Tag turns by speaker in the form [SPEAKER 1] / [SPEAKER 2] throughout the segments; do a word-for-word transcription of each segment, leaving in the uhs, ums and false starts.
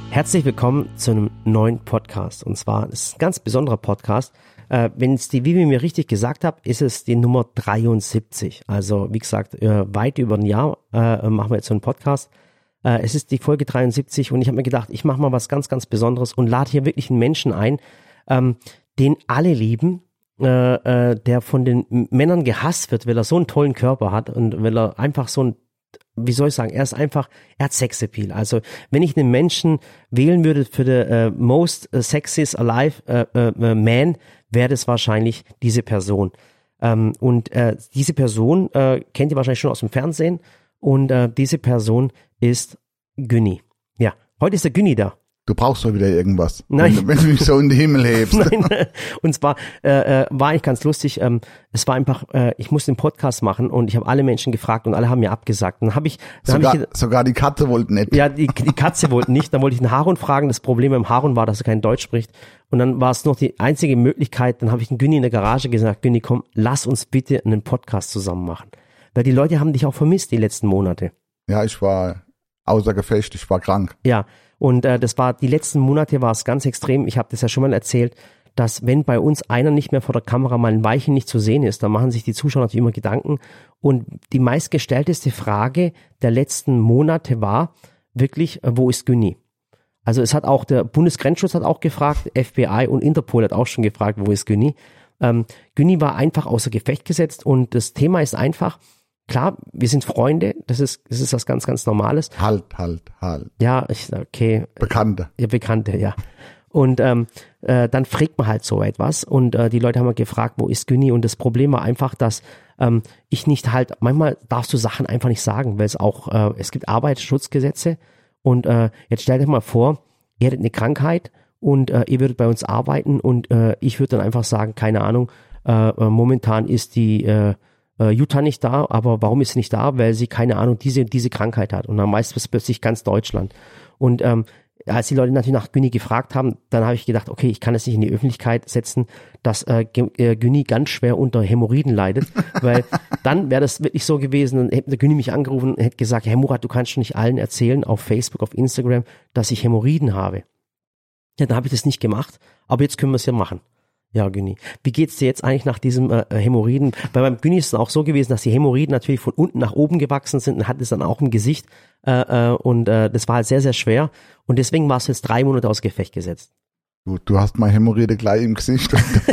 [SPEAKER 1] Herzlich willkommen zu einem neuen Podcast. Und zwar, es ist ein ganz besonderer Podcast. Äh, wenn es die Vivi mir richtig gesagt hat, ist es die Nummer dreiundsiebzig. Also wie gesagt, äh, weit über ein Jahr äh, machen wir jetzt so einen Podcast. Äh, es ist die Folge dreiundsiebzig und ich habe mir gedacht, ich mache mal was ganz, ganz Besonderes und lade hier wirklich einen Menschen ein, ähm, den alle lieben, äh, äh, der von den Männern gehasst wird, weil er so einen tollen Körper hat und weil er einfach so ein wie soll ich sagen, er ist einfach, er hat Sexappeal. Also wenn ich einen Menschen wählen würde für the uh, most uh, sexiest alive uh, uh, man, wäre das wahrscheinlich diese Person. Ähm, und äh, diese Person äh, kennt ihr wahrscheinlich schon aus dem Fernsehen und äh, diese Person ist Günni. Ja, heute ist der Günni da.
[SPEAKER 2] Du brauchst doch wieder irgendwas,
[SPEAKER 1] Nein.
[SPEAKER 2] Wenn, wenn du mich so in den Himmel hebst.
[SPEAKER 1] Nein, und zwar äh, war eigentlich ganz lustig, ähm, es war einfach, äh, ich musste einen Podcast machen und ich habe alle Menschen gefragt und alle haben mir abgesagt. Dann habe ich, dann
[SPEAKER 2] sogar,
[SPEAKER 1] hab ich
[SPEAKER 2] sogar die Katze wollte nicht.
[SPEAKER 1] Ja, die, die Katze wollte nicht, dann wollte ich den Harun fragen, das Problem beim Harun war, dass er kein Deutsch spricht und dann war es noch die einzige Möglichkeit, dann habe ich den Günni in der Garage gesagt, Günni, komm, lass uns bitte einen Podcast zusammen machen, weil die Leute haben dich auch vermisst die letzten Monate.
[SPEAKER 2] Ja, ich war außer Gefecht, ich war krank.
[SPEAKER 1] Ja, und äh, das war, die letzten Monate war es ganz extrem, ich habe das ja schon mal erzählt, dass wenn bei uns einer nicht mehr vor der Kamera mal ein Weilchen nicht zu sehen ist, dann machen sich die Zuschauer natürlich immer Gedanken und die meistgestellteste Frage der letzten Monate war wirklich, äh, wo ist Günni? Also es hat auch, der Bundesgrenzschutz hat auch gefragt, F B I und Interpol hat auch schon gefragt, wo ist Günni? Ähm, Günni war einfach außer Gefecht gesetzt und das Thema ist einfach, klar, wir sind Freunde, das ist, das ist was ganz, ganz Normales.
[SPEAKER 2] Halt, halt, halt.
[SPEAKER 1] Ja, ich, okay.
[SPEAKER 2] Bekannte.
[SPEAKER 1] Ja, Bekannte, ja. Und ähm, äh, dann fragt man halt so etwas und äh, die Leute haben mal gefragt, wo ist Günni? Und das Problem war einfach, dass ähm, ich nicht halt, manchmal darfst du Sachen einfach nicht sagen, weil es auch, äh, es gibt Arbeitsschutzgesetze und äh, jetzt stellt euch mal vor, ihr hättet eine Krankheit und äh, ihr würdet bei uns arbeiten und äh, ich würde dann einfach sagen, keine Ahnung, äh, äh, momentan ist die äh, äh, Jutta nicht da, aber warum ist sie nicht da? Weil sie, keine Ahnung, diese diese Krankheit hat und dann meist ist plötzlich ganz Deutschland. Und ähm, als die Leute natürlich nach Günni gefragt haben, dann habe ich gedacht, okay, ich kann es nicht in die Öffentlichkeit setzen, dass äh, Günni ganz schwer unter Hämorrhoiden leidet, weil dann wäre das wirklich so gewesen, dann hätte der Günni mich angerufen und hätte gesagt, Herr Murat, du kannst schon nicht allen erzählen auf Facebook, auf Instagram, dass ich Hämorrhoiden habe. Ja, dann habe ich das nicht gemacht, aber jetzt können wir es ja machen. Ja, Günni. Wie geht's dir jetzt eigentlich nach diesem äh, Hämorrhoiden? Bei meinem Günni ist es auch so gewesen, dass die Hämorrhoiden natürlich von unten nach oben gewachsen sind und hat es dann auch im Gesicht äh, äh, und äh, das war halt sehr, sehr schwer und deswegen warst du jetzt drei Monate aus Gefecht gesetzt.
[SPEAKER 2] Du, du hast meine Hämorrhoide gleich im Gesicht.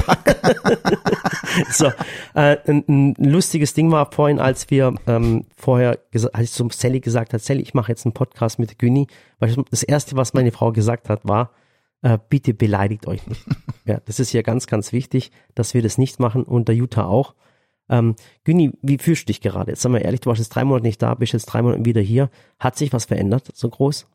[SPEAKER 1] So, äh, ein, ein lustiges Ding war vorhin, als wir ähm, vorher, als ich zum Sally gesagt habe, Sally, ich mache jetzt einen Podcast mit Günni, weil das erste, was meine Frau gesagt hat, war, äh, bitte beleidigt euch nicht. Ja, das ist hier ganz, ganz wichtig, dass wir das nicht machen und der Jutta auch. Ähm, Günni, wie fühlst du dich gerade? Jetzt sag mal ehrlich, du warst jetzt drei Monate nicht da, bist jetzt drei Monate wieder hier. Hat sich was verändert, so groß?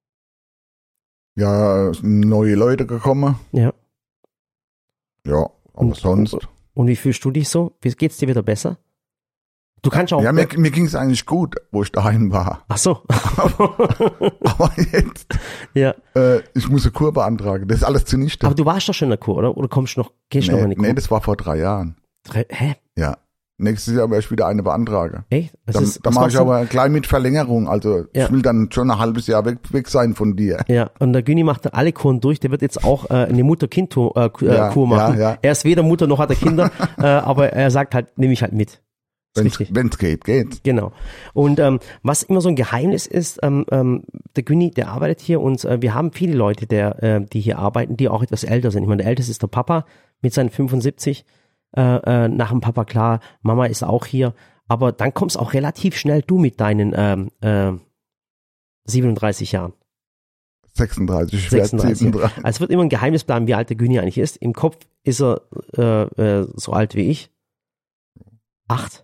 [SPEAKER 2] Ja, neue Leute gekommen.
[SPEAKER 1] Ja.
[SPEAKER 2] Ja, aber
[SPEAKER 1] und,
[SPEAKER 2] sonst.
[SPEAKER 1] Und wie fühlst du dich so? Wie geht's dir wieder besser? Du kannst auch.
[SPEAKER 2] Ja, mir, mir ging es eigentlich gut, wo ich daheim war.
[SPEAKER 1] Ach so.
[SPEAKER 2] Aber jetzt,
[SPEAKER 1] ja.
[SPEAKER 2] äh, ich muss eine Kur beantragen. Das ist alles zunichte.
[SPEAKER 1] Aber du warst doch schon in der Kur, oder? Oder kommst du noch, gehst du
[SPEAKER 2] nee,
[SPEAKER 1] noch in die Kur?
[SPEAKER 2] Nee, das war vor drei Jahren.
[SPEAKER 1] Drei, hä?
[SPEAKER 2] Ja. Nächstes Jahr werde ich wieder eine beantragen.
[SPEAKER 1] Echt?
[SPEAKER 2] Dann,
[SPEAKER 1] ist,
[SPEAKER 2] dann mache ich aber gleich mit Verlängerung. Also
[SPEAKER 1] ja.
[SPEAKER 2] Ich will dann schon ein halbes Jahr weg, weg sein von dir.
[SPEAKER 1] Ja, und der Günni macht dann alle Kuren durch. Der wird jetzt auch äh, eine Mutter-Kind-Kur äh,
[SPEAKER 2] ja,
[SPEAKER 1] machen.
[SPEAKER 2] Ja, ja.
[SPEAKER 1] Er ist weder Mutter noch hat er Kinder, äh, aber er sagt halt, nehme ich halt mit.
[SPEAKER 2] Wenn es geht, geht's.
[SPEAKER 1] Genau. Und ähm, was immer so ein Geheimnis ist, ähm, ähm, der Günni, der arbeitet hier und äh, wir haben viele Leute, der, äh, die hier arbeiten, die auch etwas älter sind. Ich meine, der älteste ist der Papa mit seinen fünfundsiebzig. Äh, äh, nach dem Papa, klar, Mama ist auch hier. Aber dann kommst auch relativ schnell du mit deinen ähm, äh, siebenunddreißig Jahren.
[SPEAKER 2] sechsunddreißig, ich
[SPEAKER 1] sechsunddreißig.
[SPEAKER 2] siebenunddreißig.
[SPEAKER 1] Also es wird immer ein Geheimnis bleiben, wie alt der Günni eigentlich ist. Im Kopf ist er äh, äh, so alt wie ich. Acht.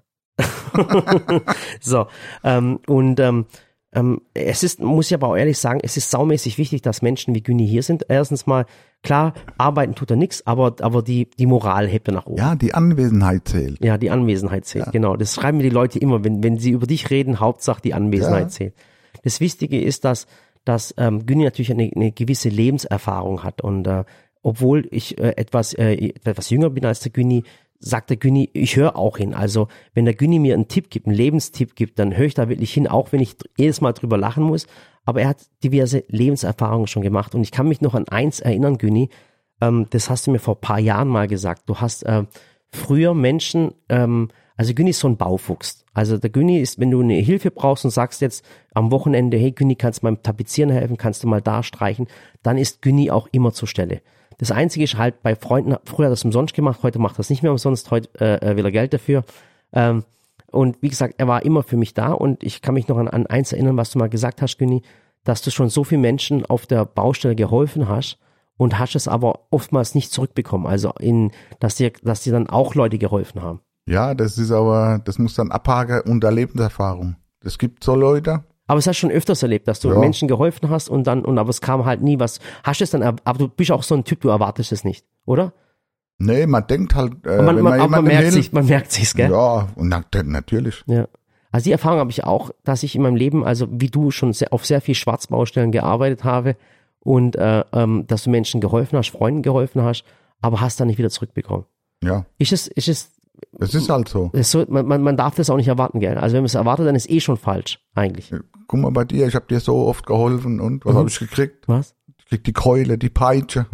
[SPEAKER 1] So, ähm, und ähm, ähm, es ist, muss ich aber auch ehrlich sagen, es ist saumäßig wichtig, dass Menschen wie Günni hier sind. Erstens mal, klar, arbeiten tut er nichts, aber, aber die, die Moral hebt er nach oben.
[SPEAKER 2] Ja, die Anwesenheit zählt.
[SPEAKER 1] Ja, die Anwesenheit zählt,
[SPEAKER 2] Ja.
[SPEAKER 1] Genau. Das schreiben mir die Leute immer, wenn, wenn sie über dich reden, Hauptsache die Anwesenheit
[SPEAKER 2] Ja.
[SPEAKER 1] zählt. Das Wichtige ist, dass, dass ähm, Günni natürlich eine, eine gewisse Lebenserfahrung hat und äh, obwohl ich äh, etwas, äh, etwas jünger bin als der Günni, sagt der Günni, ich höre auch hin. Also wenn der Günni mir einen Tipp gibt, einen Lebenstipp gibt, dann höre ich da wirklich hin, auch wenn ich jedes Mal drüber lachen muss. Aber er hat diverse Lebenserfahrungen schon gemacht. Und ich kann mich noch an eins erinnern, Günni, ähm, das hast du mir vor ein paar Jahren mal gesagt. Du hast äh, früher Menschen, ähm, also Günni ist so ein Baufuchs. Also der Günni ist, wenn du eine Hilfe brauchst und sagst jetzt am Wochenende, hey Günni, kannst du beim Tapezieren helfen, kannst du mal da streichen, dann ist Günni auch immer zur Stelle. Das Einzige ist halt bei Freunden, früher hat er es umsonst gemacht, heute macht er es nicht mehr umsonst, heute äh, will er Geld dafür. Ähm, und wie gesagt, er war immer für mich da und ich kann mich noch an, an eins erinnern, was du mal gesagt hast, Günni, dass du schon so vielen Menschen auf der Baustelle geholfen hast und hast es aber oftmals nicht zurückbekommen. Also in, dass dir, dass dir dann auch Leute geholfen haben.
[SPEAKER 2] Ja, das ist aber, das muss dann abhaken unter Lebenserfahrung. Es gibt so Leute.
[SPEAKER 1] Aber es hast du schon öfters erlebt, dass du ja. Menschen geholfen hast und dann, und aber es kam halt nie was. Hast du es dann, aber du bist auch so ein Typ, du erwartest es nicht, oder?
[SPEAKER 2] Nee, man denkt halt, äh,
[SPEAKER 1] man,
[SPEAKER 2] wenn
[SPEAKER 1] man,
[SPEAKER 2] man,
[SPEAKER 1] man merkt hilft, sich, man merkt sich's, gell?
[SPEAKER 2] Ja, und na, natürlich.
[SPEAKER 1] Ja. Also die Erfahrung habe ich auch, dass ich in meinem Leben, also wie du schon sehr, auf sehr viel Schwarzbaustellen gearbeitet habe und äh, ähm, dass du Menschen geholfen hast, Freunden geholfen hast, aber hast dann nicht wieder zurückbekommen.
[SPEAKER 2] Ja.
[SPEAKER 1] Ist es, ist es
[SPEAKER 2] Das ist halt so.
[SPEAKER 1] Ist so man, man, man darf das auch nicht erwarten, gell? Also wenn man es erwartet, dann ist eh schon falsch, eigentlich.
[SPEAKER 2] Ja, guck mal bei dir, ich habe dir so oft geholfen und was mhm. habe ich gekriegt?
[SPEAKER 1] Was?
[SPEAKER 2] Ich krieg die Keule, die Peitsche.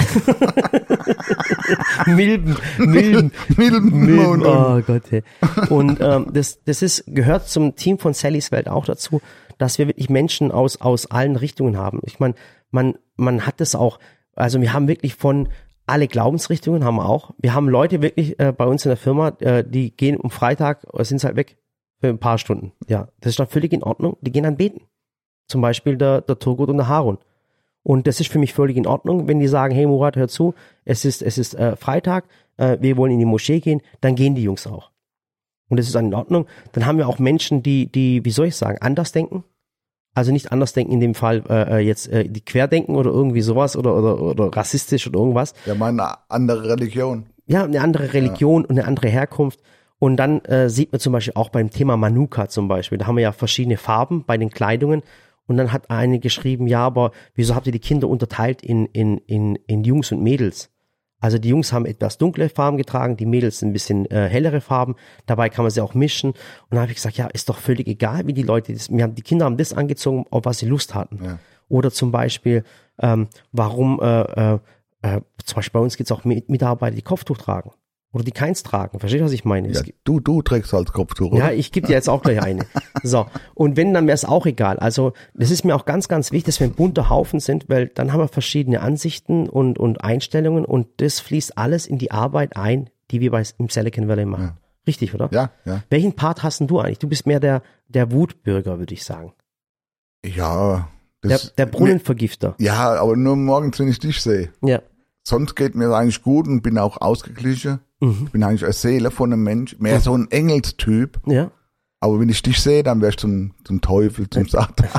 [SPEAKER 1] Milben, Milben,
[SPEAKER 2] Milben,
[SPEAKER 1] Milben. Oh Gott, hey. Und ähm, das, das ist, gehört zum Team von Sallys Welt auch dazu, dass wir wirklich Menschen aus, aus allen Richtungen haben. Ich meine, man, man hat das auch, also wir haben wirklich von alle Glaubensrichtungen haben wir auch. Wir haben Leute wirklich äh, bei uns in der Firma, äh, die gehen um Freitag, sind halt weg für ein paar Stunden. Ja, das ist dann völlig in Ordnung. Die gehen dann beten. Zum Beispiel der, der Turgut und der Harun. Und das ist für mich völlig in Ordnung, wenn die sagen, hey Murat, hör zu, es ist, es ist äh, Freitag, äh, wir wollen in die Moschee gehen, dann gehen die Jungs auch. Und das ist dann in Ordnung. Dann haben wir auch Menschen, die, die, wie soll ich sagen, anders denken. Also nicht anders denken in dem Fall äh, jetzt äh, die Querdenken oder irgendwie sowas oder, oder, oder rassistisch oder irgendwas.
[SPEAKER 2] Ja, mal eine andere Religion.
[SPEAKER 1] Ja, eine andere Religion ja. und eine andere Herkunft. Und dann äh, sieht man zum Beispiel auch beim Thema Manuka zum Beispiel, da haben wir ja verschiedene Farben bei den Kleidungen. Und dann hat eine geschrieben, ja, aber wieso habt ihr die Kinder unterteilt in, in, in, in Jungs und Mädels? Also die Jungs haben etwas dunkle Farben getragen, die Mädels ein bisschen äh, hellere Farben. Dabei kann man sie auch mischen. Und dann habe ich gesagt, ja, ist doch völlig egal, wie die Leute das, wir haben, die Kinder haben das angezogen, auf was sie Lust hatten. Ja. Oder zum Beispiel, ähm, warum, äh, äh, äh, zum Beispiel bei uns gibt es auch Mitarbeiter, die Kopftuch tragen. Oder die keins tragen. Verstehst du, was ich meine?
[SPEAKER 2] Ja, du, du trägst als Kopftuch, oder?
[SPEAKER 1] Ja, ich gebe dir jetzt auch gleich eine. So. Und wenn, dann wäre es auch egal. Also, das ist mir auch ganz, ganz wichtig, dass wir ein bunter Haufen sind, weil dann haben wir verschiedene Ansichten und, und Einstellungen und das fließt alles in die Arbeit ein, die wir bei, im Silicon Valley machen. Ja. Richtig, oder?
[SPEAKER 2] Ja, ja.
[SPEAKER 1] Welchen Part hast denn du eigentlich? Du bist mehr der, der Wutbürger, würde ich sagen.
[SPEAKER 2] Ja.
[SPEAKER 1] Das, der, der Brunnenvergifter.
[SPEAKER 2] Ja, aber nur morgens, wenn ich dich sehe.
[SPEAKER 1] Ja.
[SPEAKER 2] Sonst geht mir eigentlich gut und bin auch ausgeglichen. Mhm. Ich bin eigentlich eine Seele von einem Mensch, mehr mhm. so ein Engelstyp.
[SPEAKER 1] Ja.
[SPEAKER 2] Aber wenn ich dich sehe, dann wärst du zum, zum Teufel, zum Satan.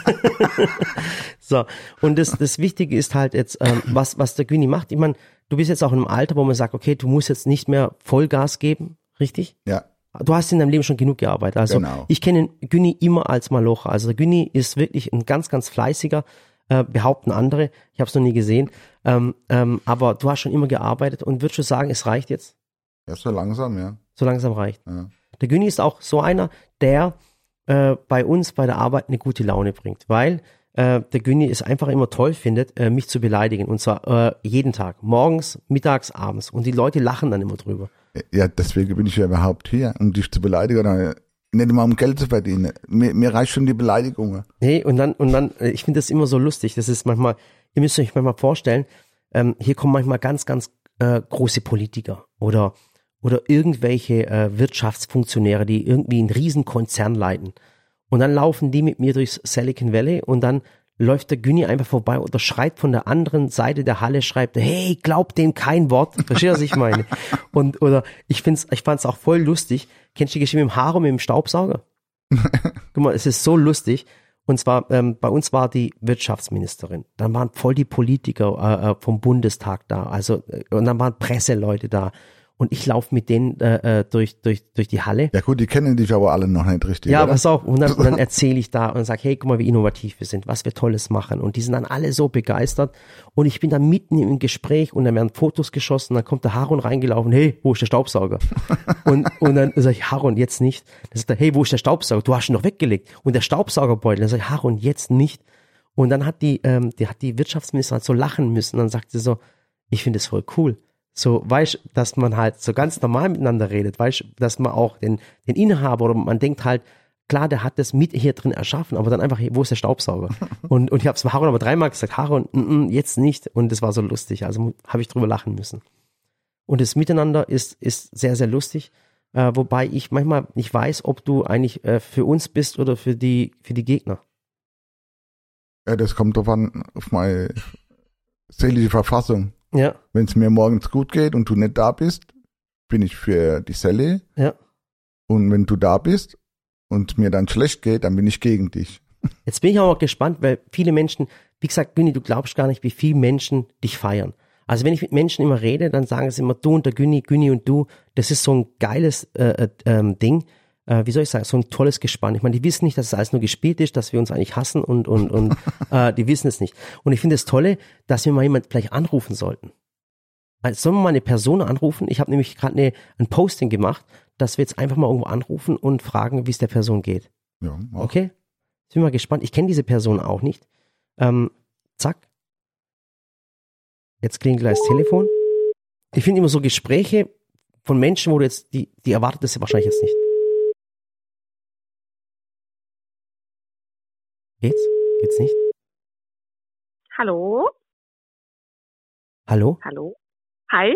[SPEAKER 1] So, und das, das Wichtige ist halt jetzt, ähm, was, was der Günni macht. Ich meine, du bist jetzt auch in einem Alter, wo man sagt, okay, du musst jetzt nicht mehr Vollgas geben, richtig?
[SPEAKER 2] Ja.
[SPEAKER 1] Du hast in deinem Leben schon genug gearbeitet. Also
[SPEAKER 2] genau.
[SPEAKER 1] Ich kenne Günni immer als Malocher. Also der Günni ist wirklich ein ganz, ganz fleißiger, äh, behaupten andere. Ich habe es noch nie gesehen. Ähm, ähm, aber du hast schon immer gearbeitet und würdest du sagen, es reicht jetzt?
[SPEAKER 2] Ja, so langsam, ja.
[SPEAKER 1] So langsam reicht.
[SPEAKER 2] Ja.
[SPEAKER 1] Der Günni ist auch so einer, der äh, bei uns bei der Arbeit eine gute Laune bringt, weil äh, der Günni es einfach immer toll findet, äh, mich zu beleidigen und zwar äh, jeden Tag, morgens, mittags, abends und die Leute lachen dann immer drüber.
[SPEAKER 2] Ja, deswegen bin ich ja überhaupt hier, um dich zu beleidigen, oder nicht immer um Geld zu verdienen. Mir, mir reicht schon die Beleidigungen.
[SPEAKER 1] Nee, und dann, und dann, ich finde das immer so lustig, das ist manchmal, ihr müsst euch manchmal vorstellen, ähm, hier kommen manchmal ganz, ganz äh, große Politiker oder oder irgendwelche äh, Wirtschaftsfunktionäre, die irgendwie einen riesen Konzern leiten. Und dann laufen die mit mir durchs Silicon Valley und dann läuft der Günni einfach vorbei oder schreit von der anderen Seite der Halle, schreibt, hey, glaubt dem kein Wort. Verstehst du, was ich meine? Und, oder ich find's, ich fand's auch voll lustig. Kennst du die Geschichte mit dem Harem, mit dem Staubsauger? Guck mal, es ist so lustig. Und zwar, ähm, bei uns war die Wirtschaftsministerin. Dann waren voll die Politiker äh, vom Bundestag da. Also, und dann waren Presseleute da. und ich laufe mit denen äh, durch, durch, durch die Halle.
[SPEAKER 2] Ja gut, die kennen dich aber alle noch nicht richtig.
[SPEAKER 1] Ja,
[SPEAKER 2] oder?
[SPEAKER 1] pass auf. Und dann, und dann erzähle ich da und sage, hey, guck mal, wie innovativ wir sind, was wir Tolles machen. Und die sind dann alle so begeistert. Und ich bin da mitten im Gespräch und dann werden Fotos geschossen. Dann kommt der Haron reingelaufen, hey, wo ist der Staubsauger? und, und dann sage ich, Haron, jetzt nicht. Dann sagt er, hey, wo ist der Staubsauger? Du hast ihn noch weggelegt. Und der Staubsaugerbeutel. Dann sage ich, Haron, jetzt nicht. Und dann hat die, ähm, die hat die Wirtschaftsministerin so lachen müssen. Und dann sagt sie so, ich finde es voll cool. So, weißt, dass man halt so ganz normal miteinander redet, weißt, dass man auch den, den Inhaber oder man denkt halt, klar, der hat das mit hier drin erschaffen, aber dann einfach, wo ist der Staubsauger? und, und ich habe es Haron aber dreimal gesagt, Haron, n -n, jetzt nicht. Und das war so lustig, also habe ich drüber lachen müssen. Und das Miteinander ist, ist sehr, sehr lustig, äh, wobei ich manchmal nicht weiß, ob du eigentlich äh, für uns bist oder für die, für die Gegner.
[SPEAKER 2] Ja, das kommt drauf an, auf meine seelische Verfassung.
[SPEAKER 1] Ja.
[SPEAKER 2] Wenn es mir morgens gut geht und du nicht da bist, bin ich für die Selle.
[SPEAKER 1] Ja.
[SPEAKER 2] Und wenn du da bist und mir dann schlecht geht, dann bin ich gegen dich.
[SPEAKER 1] Jetzt bin ich auch gespannt, weil viele Menschen, wie gesagt, Günni, du glaubst gar nicht, wie viele Menschen dich feiern. Also wenn ich mit Menschen immer rede, dann sagen sie immer, du und der Günni, Günni und du, das ist so ein geiles äh, äh, Ding. Äh, wie soll ich sagen, so ein tolles Gespann. Ich meine, die wissen nicht, dass es alles nur gespielt ist, dass wir uns eigentlich hassen und und und äh, die wissen es nicht. Und ich finde es Tolle, dass wir mal jemand vielleicht anrufen sollten. Also sollen wir mal eine Person anrufen? Ich habe nämlich gerade eine, ein Posting gemacht, dass wir jetzt einfach mal irgendwo anrufen und fragen, wie es der Person geht.
[SPEAKER 2] Ja, auch.
[SPEAKER 1] Okay? Ich bin mal gespannt. Ich kenne diese Person auch nicht. Ähm, zack. Jetzt klingelt gleich das Telefon. Ich finde immer so Gespräche von Menschen, wo du jetzt, die, die erwartet das ja wahrscheinlich jetzt nicht. Geht's? Geht's nicht?
[SPEAKER 3] Hallo?
[SPEAKER 1] Hallo?
[SPEAKER 3] Hallo? Hi?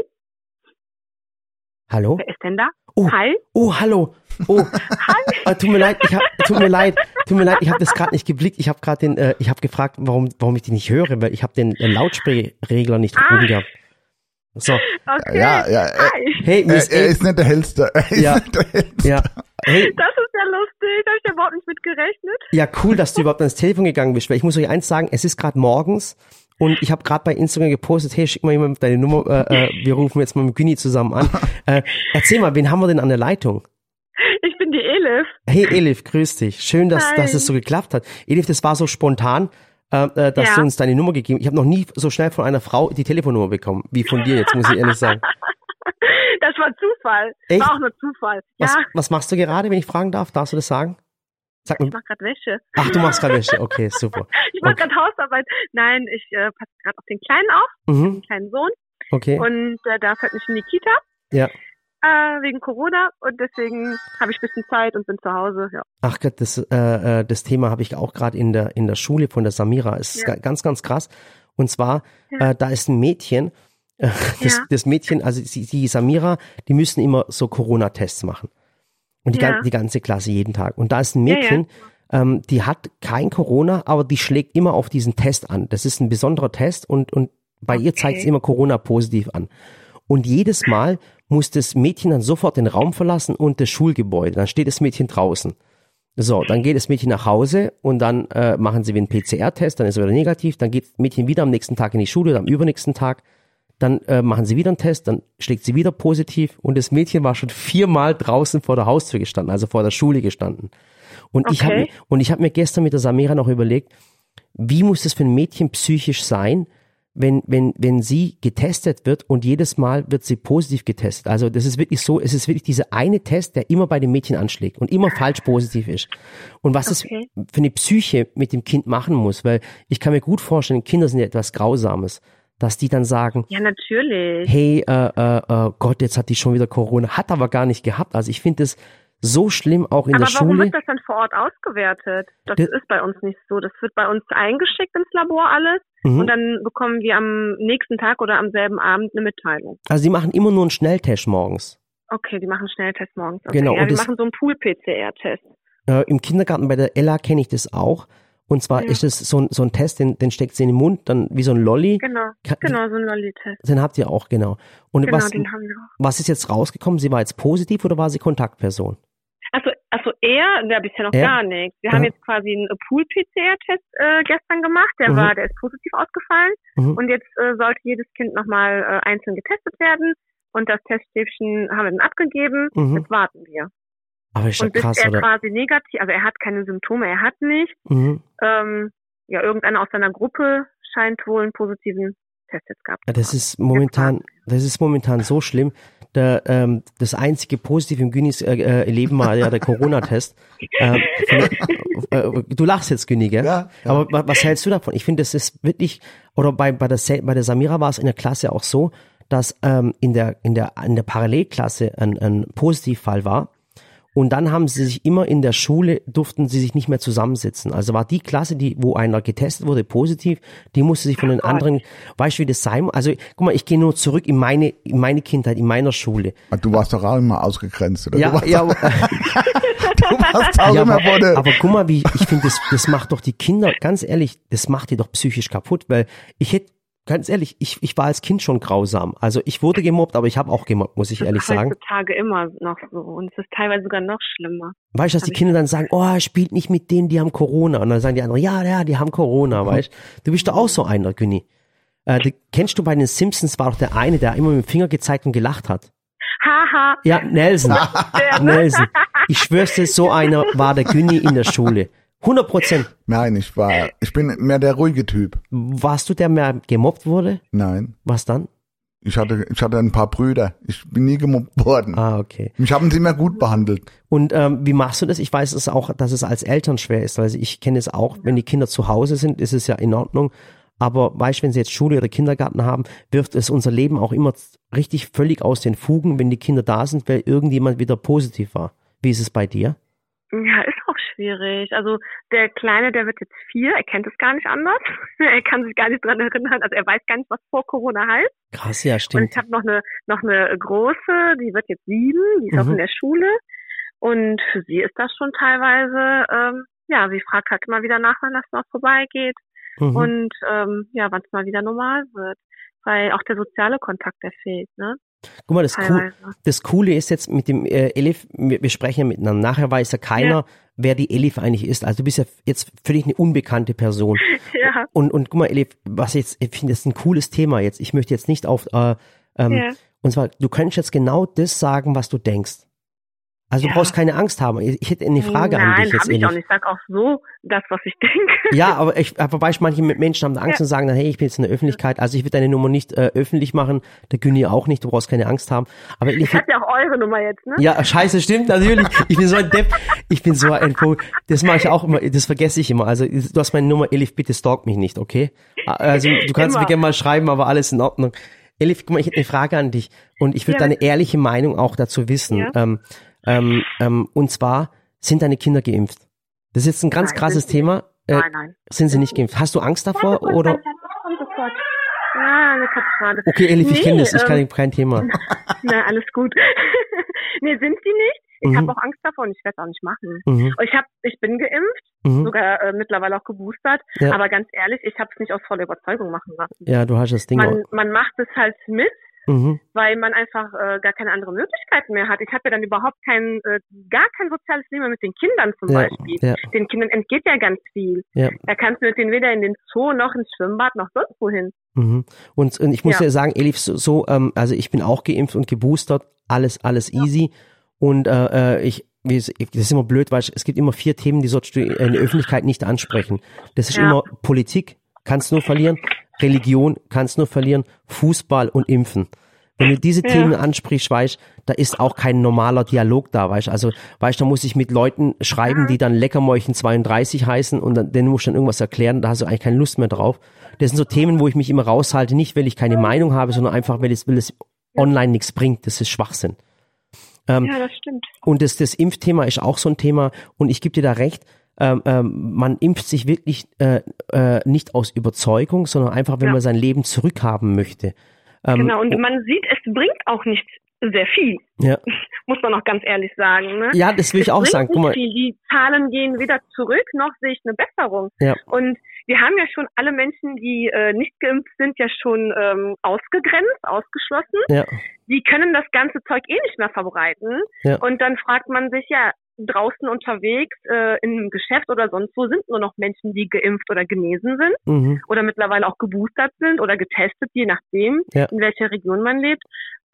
[SPEAKER 1] Hallo?
[SPEAKER 3] Wer ist denn da?
[SPEAKER 1] Oh,
[SPEAKER 3] Hi?
[SPEAKER 1] oh, hallo. Oh,
[SPEAKER 3] Hi?
[SPEAKER 1] äh, tut mir leid, ich hab, tut mir leid, tut mir leid, ich habe das gerade nicht geblickt. Ich habe gerade den, äh, ich habe gefragt, warum, warum ich die nicht höre, weil ich habe den äh, Lautsprecherregler nicht
[SPEAKER 3] Ah.
[SPEAKER 1] oben gehabt. So,
[SPEAKER 3] Okay.
[SPEAKER 2] Ja, ja, er,
[SPEAKER 3] Hi.
[SPEAKER 1] hey,
[SPEAKER 2] er,
[SPEAKER 1] Miss
[SPEAKER 2] er
[SPEAKER 1] A.
[SPEAKER 2] ist nicht der Hellste. Er ist
[SPEAKER 1] Ja.
[SPEAKER 2] nicht der Hellste.
[SPEAKER 1] Ja, hey,
[SPEAKER 3] Das ist ja lustig. Da habe ich ja überhaupt nicht mit gerechnet.
[SPEAKER 1] ja, cool, dass du überhaupt ans Telefon gegangen bist, weil ich muss euch eins sagen, es ist gerade morgens und ich habe gerade bei Instagram gepostet, hey, schick mal jemand deine Nummer, äh, äh, wir rufen jetzt mal mit Günni zusammen an. Äh, erzähl mal, wen haben wir denn an der Leitung?
[SPEAKER 3] Ich bin die Elif.
[SPEAKER 1] Hey Elif, grüß dich. Schön, dass,
[SPEAKER 3] Hi.
[SPEAKER 1] dass es so geklappt hat. Elif, das war so spontan, äh, äh, dass
[SPEAKER 3] Ja.
[SPEAKER 1] du uns deine Nummer gegeben hast. Ich habe noch nie so schnell von einer Frau die Telefonnummer bekommen, wie von dir jetzt, muss ich ehrlich sagen.
[SPEAKER 3] Das war Zufall.
[SPEAKER 1] Echt?
[SPEAKER 3] War auch nur Zufall.
[SPEAKER 1] Was,
[SPEAKER 3] Ja,
[SPEAKER 1] was machst du gerade, wenn ich fragen darf? Darfst du das sagen? Sag
[SPEAKER 3] ich
[SPEAKER 1] mir.
[SPEAKER 3] mache gerade Wäsche.
[SPEAKER 1] Ach, du machst gerade Wäsche. Okay, super.
[SPEAKER 3] Ich mache
[SPEAKER 1] Okay.
[SPEAKER 3] gerade Hausarbeit. Nein, ich äh, passe gerade auf den Kleinen auf,
[SPEAKER 1] Mhm,
[SPEAKER 3] den kleinen Sohn.
[SPEAKER 1] okay.
[SPEAKER 3] Und äh, darf halt nicht in die Kita.
[SPEAKER 1] Ja.
[SPEAKER 3] Äh, wegen Corona. Und deswegen habe ich ein bisschen Zeit und bin zu Hause. Ja.
[SPEAKER 1] Ach Gott, das, äh, äh, das Thema habe ich auch gerade in der, in der Schule von der Samira. Es ist
[SPEAKER 3] Ja.
[SPEAKER 1] ga- ganz, ganz krass. Und zwar,
[SPEAKER 3] Ja.
[SPEAKER 1] äh, da ist ein Mädchen, äh, das,
[SPEAKER 3] Ja.
[SPEAKER 1] das Mädchen, also die, die Samira, die müssen immer so Corona-Tests machen. Und die,
[SPEAKER 3] Ja.
[SPEAKER 1] gan- die ganze Klasse jeden Tag. Und da ist ein
[SPEAKER 3] Ja, ja.
[SPEAKER 1] Mädchen, ähm, die hat kein Corona, aber die schlägt immer auf diesen Test an. Das ist ein besonderer Test und, und bei ihr
[SPEAKER 3] Okay.
[SPEAKER 1] zeigt es immer Corona positiv an. Und jedes Mal muss das Mädchen dann sofort den Raum verlassen und das Schulgebäude. Dann steht das Mädchen draußen. So, dann geht das Mädchen nach Hause und dann äh, machen sie einen P C R-Test, dann ist er wieder negativ, dann geht das Mädchen wieder am nächsten Tag in die Schule oder am übernächsten Tag, dann äh, machen sie wieder einen Test, dann schlägt sie wieder positiv und das Mädchen war schon viermal draußen vor der Haustür gestanden, also vor der Schule gestanden. Und ich habe
[SPEAKER 3] Okay.
[SPEAKER 1] mir, und ich habe mir gestern mit der Samira noch überlegt, wie muss es für ein Mädchen psychisch sein, wenn, wenn, wenn sie getestet wird und jedes Mal wird sie positiv getestet. Also das ist wirklich so, es ist wirklich dieser eine Test, der immer bei dem Mädchen anschlägt und immer falsch positiv ist. Und was
[SPEAKER 3] Okay.
[SPEAKER 1] es für eine Psyche mit dem Kind machen muss, weil ich kann mir gut vorstellen, Kinder sind ja etwas Grausames, dass die dann sagen,
[SPEAKER 3] Ja, natürlich.
[SPEAKER 1] hey, äh, äh, äh, Gott, jetzt hat die schon wieder Corona, hat aber gar nicht gehabt. Also ich finde es so schlimm auch in
[SPEAKER 3] Aber
[SPEAKER 1] der
[SPEAKER 3] warum
[SPEAKER 1] Schule.
[SPEAKER 3] wird das dann vor Ort ausgewertet? Das
[SPEAKER 1] Das-
[SPEAKER 3] ist bei uns nicht so. Das wird bei uns eingeschickt ins Labor alles
[SPEAKER 1] Mhm.
[SPEAKER 3] und dann bekommen wir am nächsten Tag oder am selben Abend eine Mitteilung.
[SPEAKER 1] Also die machen immer nur einen Schnelltest morgens.
[SPEAKER 3] Okay, die machen Schnelltest morgens. Okay.
[SPEAKER 1] Genau,
[SPEAKER 3] Ja,
[SPEAKER 1] und
[SPEAKER 3] wir
[SPEAKER 1] das-
[SPEAKER 3] machen so einen Pool-P C R-Test.
[SPEAKER 1] Äh, Im Kindergarten bei der Ella kenne ich das auch. Und zwar
[SPEAKER 3] Ja.
[SPEAKER 1] ist es so ein, so ein Test, den, den steckt sie in den Mund, dann wie so ein Lolli.
[SPEAKER 3] Genau,
[SPEAKER 1] Ka-
[SPEAKER 3] genau, so ein Lolli-Test.
[SPEAKER 1] Den habt ihr auch, genau. Und
[SPEAKER 3] Genau,
[SPEAKER 1] was,
[SPEAKER 3] den haben wir auch.
[SPEAKER 1] was ist jetzt rausgekommen? Sie war jetzt positiv oder war sie Kontaktperson?
[SPEAKER 3] Also, also er, der bisher noch
[SPEAKER 1] Er?
[SPEAKER 3] gar nichts. Wir
[SPEAKER 1] Ja.
[SPEAKER 3] haben jetzt quasi einen Pool-P C R-Test äh, gestern gemacht. Der
[SPEAKER 1] Mhm.
[SPEAKER 3] war, der ist positiv ausgefallen.
[SPEAKER 1] Mhm.
[SPEAKER 3] Und jetzt äh, sollte jedes Kind nochmal äh, einzeln getestet werden. und das Teststäbchen haben wir dann abgegeben.
[SPEAKER 1] Mhm.
[SPEAKER 3] Jetzt warten wir.
[SPEAKER 1] Aber ist ja
[SPEAKER 3] Und bis
[SPEAKER 1] krass,
[SPEAKER 3] er
[SPEAKER 1] oder?
[SPEAKER 3] quasi negativ, also er hat keine Symptome, er hat nichts.
[SPEAKER 1] Mhm.
[SPEAKER 3] Ähm, ja, irgendeiner aus seiner Gruppe scheint wohl einen positiven Test jetzt gehabt.
[SPEAKER 1] Ja, das ist momentan, das ist momentan so schlimm. Der, ähm, das einzige Positive im Günnis äh, äh, Leben war ja der Corona-Test. Ähm, äh, du lachst jetzt, Günni, gell?
[SPEAKER 2] Ja, ja.
[SPEAKER 1] Aber wa- was hältst du davon? Ich finde, das ist wirklich, oder bei, bei der, Se- bei der Samira war es in der Klasse auch so, dass ähm, in der, in der, in der Parallelklasse ein, ein Positivfall war. Und dann haben sie sich immer in der Schule, durften sie sich nicht mehr zusammensitzen. Also war die Klasse, die, wo einer getestet wurde, positiv, die musste sich von den anderen, weißt du, wie das sein muss? Also, guck mal, ich gehe nur zurück in meine, in meine Kindheit, in meiner Schule.
[SPEAKER 2] Du warst doch auch immer ausgegrenzt, oder?
[SPEAKER 1] Ja,
[SPEAKER 2] du warst,
[SPEAKER 1] ja,
[SPEAKER 2] du warst auch
[SPEAKER 1] ja,
[SPEAKER 2] immer
[SPEAKER 1] aber,
[SPEAKER 2] vor der,
[SPEAKER 1] aber guck mal, wie, ich finde, das, das macht doch die Kinder, ganz ehrlich, das macht die doch psychisch kaputt, weil ich hätte, ganz ehrlich, ich, ich war als Kind schon grausam. Also ich wurde gemobbt, aber ich habe auch gemobbt, muss ich ehrlich
[SPEAKER 3] Das ist
[SPEAKER 1] sagen.
[SPEAKER 3] heutzutage immer noch so und es ist teilweise sogar noch schlimmer.
[SPEAKER 1] Weißt du, dass die
[SPEAKER 3] Hab
[SPEAKER 1] Kinder dann sagen, oh, spielt nicht mit denen, die haben Corona. Und dann sagen die anderen, ja, ja, die haben Corona, weißt du. bist doch auch so einer, Günni. Äh, die, kennst du bei den Simpsons, war doch der eine, der immer mit dem Finger gezeigt und gelacht hat.
[SPEAKER 3] Haha.
[SPEAKER 1] Ja, Nelson.
[SPEAKER 3] Der, ne?
[SPEAKER 1] Nelson. Ich schwör's dir, so einer war der Günni in der Schule. hundert Prozent.
[SPEAKER 2] nein, ich war, ich bin mehr der ruhige Typ.
[SPEAKER 1] Warst du der, der gemobbt wurde?
[SPEAKER 2] Nein.
[SPEAKER 1] Was dann?
[SPEAKER 2] Ich hatte, ich hatte ein paar Brüder. Ich bin nie gemobbt worden.
[SPEAKER 1] Ah, okay.
[SPEAKER 2] Mich haben sie immer gut behandelt.
[SPEAKER 1] Und ähm, wie machst du das? Ich weiß es auch, dass es als Eltern schwer ist. Also ich kenne es auch, wenn die Kinder zu Hause sind, ist es ja in Ordnung. Aber weißt, wenn sie jetzt Schule oder Kindergarten haben, wirft es unser Leben auch immer richtig völlig aus den Fugen, wenn die Kinder da sind, weil irgendjemand wieder positiv war. Wie ist es bei dir?
[SPEAKER 3] Ja, ist auch schwierig. Also der Kleine, der wird jetzt vier, er kennt es gar nicht anders. Er kann sich gar nicht dran erinnern. Also er weiß gar nicht, was vor Corona heißt.
[SPEAKER 1] Krass, ja,
[SPEAKER 3] Und
[SPEAKER 1] stimmt.
[SPEAKER 3] ich habe noch eine noch eine große, die wird jetzt sieben, die ist
[SPEAKER 1] Mhm.
[SPEAKER 3] auch in der Schule. Und für sie ist das schon teilweise, ähm, ja, sie fragt halt immer wieder nach, wann das noch vorbeigeht.
[SPEAKER 1] Mhm.
[SPEAKER 3] Und ähm, ja, wann es mal wieder normal wird. Weil auch der soziale Kontakt, der fehlt, ne?
[SPEAKER 1] Guck mal, das, cool,
[SPEAKER 3] Teilweise.
[SPEAKER 1] das Coole ist jetzt mit dem äh, Elif, wir, wir sprechen ja miteinander. Nachher weiß ja keiner,
[SPEAKER 3] Ja.
[SPEAKER 1] wer die Elif eigentlich ist. Also du bist ja jetzt völlig eine unbekannte Person.
[SPEAKER 3] Ja.
[SPEAKER 1] Und, und guck mal, Elif, was jetzt, ich finde das ist ein cooles Thema jetzt. Ich möchte jetzt nicht auf, äh, ähm,
[SPEAKER 3] Ja.
[SPEAKER 1] und zwar, du könntest jetzt genau das sagen, was du denkst. Also
[SPEAKER 3] Ja.
[SPEAKER 1] du brauchst keine Angst haben. Ich, ich hätte eine Frage
[SPEAKER 3] Nein,
[SPEAKER 1] an dich jetzt,
[SPEAKER 3] habe ich auch
[SPEAKER 1] Elif.
[SPEAKER 3] nicht. Ich sag auch so das, was ich denke.
[SPEAKER 1] Ja, aber ich, aber weißt, manche Menschen haben Angst
[SPEAKER 3] Ja.
[SPEAKER 1] und sagen dann, hey, ich bin jetzt in der Öffentlichkeit, also ich will deine Nummer nicht äh, öffentlich machen, der Günni auch nicht, du brauchst keine Angst haben. Aber Elif,
[SPEAKER 3] Ich hatte ja auch eure Nummer jetzt, ne?
[SPEAKER 1] ja, scheiße, stimmt, natürlich. Ich bin so ein Depp. Ich bin so ein Vogel. Das mache ich auch immer, das vergesse ich immer. Also, du hast meine Nummer, Elif, bitte stalk mich nicht, okay? Also, du kannst
[SPEAKER 3] Immer.
[SPEAKER 1] mir gerne mal schreiben, aber alles in Ordnung. Elif, guck mal, ich hätte eine Frage an dich. Und ich würde
[SPEAKER 3] Ja.
[SPEAKER 1] deine ehrliche Meinung auch dazu wissen.
[SPEAKER 3] Ja.
[SPEAKER 1] Ähm, ähm, ähm, und zwar, sind deine Kinder geimpft? Das ist jetzt ein ganz
[SPEAKER 3] Nein,
[SPEAKER 1] krasses
[SPEAKER 3] sind sie
[SPEAKER 1] Thema. Äh,
[SPEAKER 3] Nein, nein.
[SPEAKER 1] sind sie nicht geimpft? Hast du Angst davor,
[SPEAKER 3] Warte kurz,
[SPEAKER 1] oder?
[SPEAKER 3] mein Schatz, komm sofort. Ja, eine Katzfrage.
[SPEAKER 1] Okay, Elif, ich
[SPEAKER 3] Nee,
[SPEAKER 1] kenne das, ich kann
[SPEAKER 3] ähm,
[SPEAKER 1] kein Thema.
[SPEAKER 3] Na, alles gut. Nee, sind sie nicht. Ich
[SPEAKER 1] Mhm.
[SPEAKER 3] habe auch Angst davor und ich werde es auch nicht machen.
[SPEAKER 1] Mhm,
[SPEAKER 3] Ich hab, ich bin geimpft,
[SPEAKER 1] mhm.
[SPEAKER 3] sogar äh, mittlerweile auch geboostert,
[SPEAKER 1] Ja.
[SPEAKER 3] aber ganz ehrlich, ich habe es nicht aus voller Überzeugung machen lassen.
[SPEAKER 1] Ja, du hast das Ding
[SPEAKER 3] Man,
[SPEAKER 1] auch.
[SPEAKER 3] man macht es halt mit,
[SPEAKER 1] Mhm.
[SPEAKER 3] weil man einfach äh, gar keine anderen Möglichkeiten mehr hat. Ich habe ja dann überhaupt kein, äh, gar kein soziales Leben mehr mit den Kindern zum
[SPEAKER 1] Ja,
[SPEAKER 3] Beispiel.
[SPEAKER 1] ja,
[SPEAKER 3] Den Kindern entgeht ja ganz viel.
[SPEAKER 1] ja.
[SPEAKER 3] Da kannst du mit denen weder in den Zoo noch ins Schwimmbad noch sonst wohin.
[SPEAKER 1] Mhm. Und, und ich muss ja,
[SPEAKER 3] Ja.
[SPEAKER 1] sagen, Elif, so, so ähm, also ich bin auch geimpft und geboostert, alles, alles easy. Und äh, äh, ich, wie es- das ist immer blöd, weil es gibt immer vier Themen, die sollst du in der Öffentlichkeit nicht ansprechen. Das ist
[SPEAKER 3] Ja.
[SPEAKER 1] immer Politik, kannst nur verlieren, Religion, kannst nur verlieren, Fußball und Impfen. Wenn du diese
[SPEAKER 3] Ja.
[SPEAKER 1] Themen ansprichst, weißt, da ist auch kein normaler Dialog da, weißt, also, weißt, da muss ich mit Leuten schreiben, die dann Leckermäulchen zweiunddreißig heißen und dann, denen muss ich dann irgendwas erklären, da hast du eigentlich keine Lust mehr drauf. Das sind so Themen, wo ich mich immer raushalte, nicht weil ich keine Meinung habe, sondern einfach, weil es, weil es online nichts bringt, das ist Schwachsinn. Ähm,
[SPEAKER 3] Ja, das stimmt.
[SPEAKER 1] Und das, das Impfthema ist auch so ein Thema und ich gebe dir da recht, ähm, ähm, man impft sich wirklich äh, äh, nicht aus Überzeugung, sondern einfach, wenn
[SPEAKER 3] Ja.
[SPEAKER 1] man sein Leben zurückhaben möchte. Ähm,
[SPEAKER 3] Genau, und man sieht, es bringt auch nicht sehr viel,
[SPEAKER 1] ja.
[SPEAKER 3] muss man auch ganz ehrlich sagen. Ne?
[SPEAKER 1] ja, das will ich
[SPEAKER 3] es
[SPEAKER 1] auch
[SPEAKER 3] bringt
[SPEAKER 1] sagen.
[SPEAKER 3] nicht
[SPEAKER 1] Guck mal,
[SPEAKER 3] viel. Die Zahlen gehen weder zurück, noch sehe ich eine Besserung.
[SPEAKER 1] ja,
[SPEAKER 3] Und wir haben ja schon alle Menschen, die äh, nicht geimpft sind, ja schon ähm, ausgegrenzt, ausgeschlossen.
[SPEAKER 1] ja,
[SPEAKER 3] Die können das ganze Zeug eh nicht mehr verbreiten.
[SPEAKER 1] Ja.
[SPEAKER 3] Und dann fragt man sich ja, draußen unterwegs, äh, im Geschäft oder sonst wo sind nur noch Menschen, die geimpft oder genesen sind
[SPEAKER 1] mhm.
[SPEAKER 3] oder mittlerweile auch geboostert sind oder getestet, je nachdem,
[SPEAKER 1] Ja.
[SPEAKER 3] in welcher Region man lebt.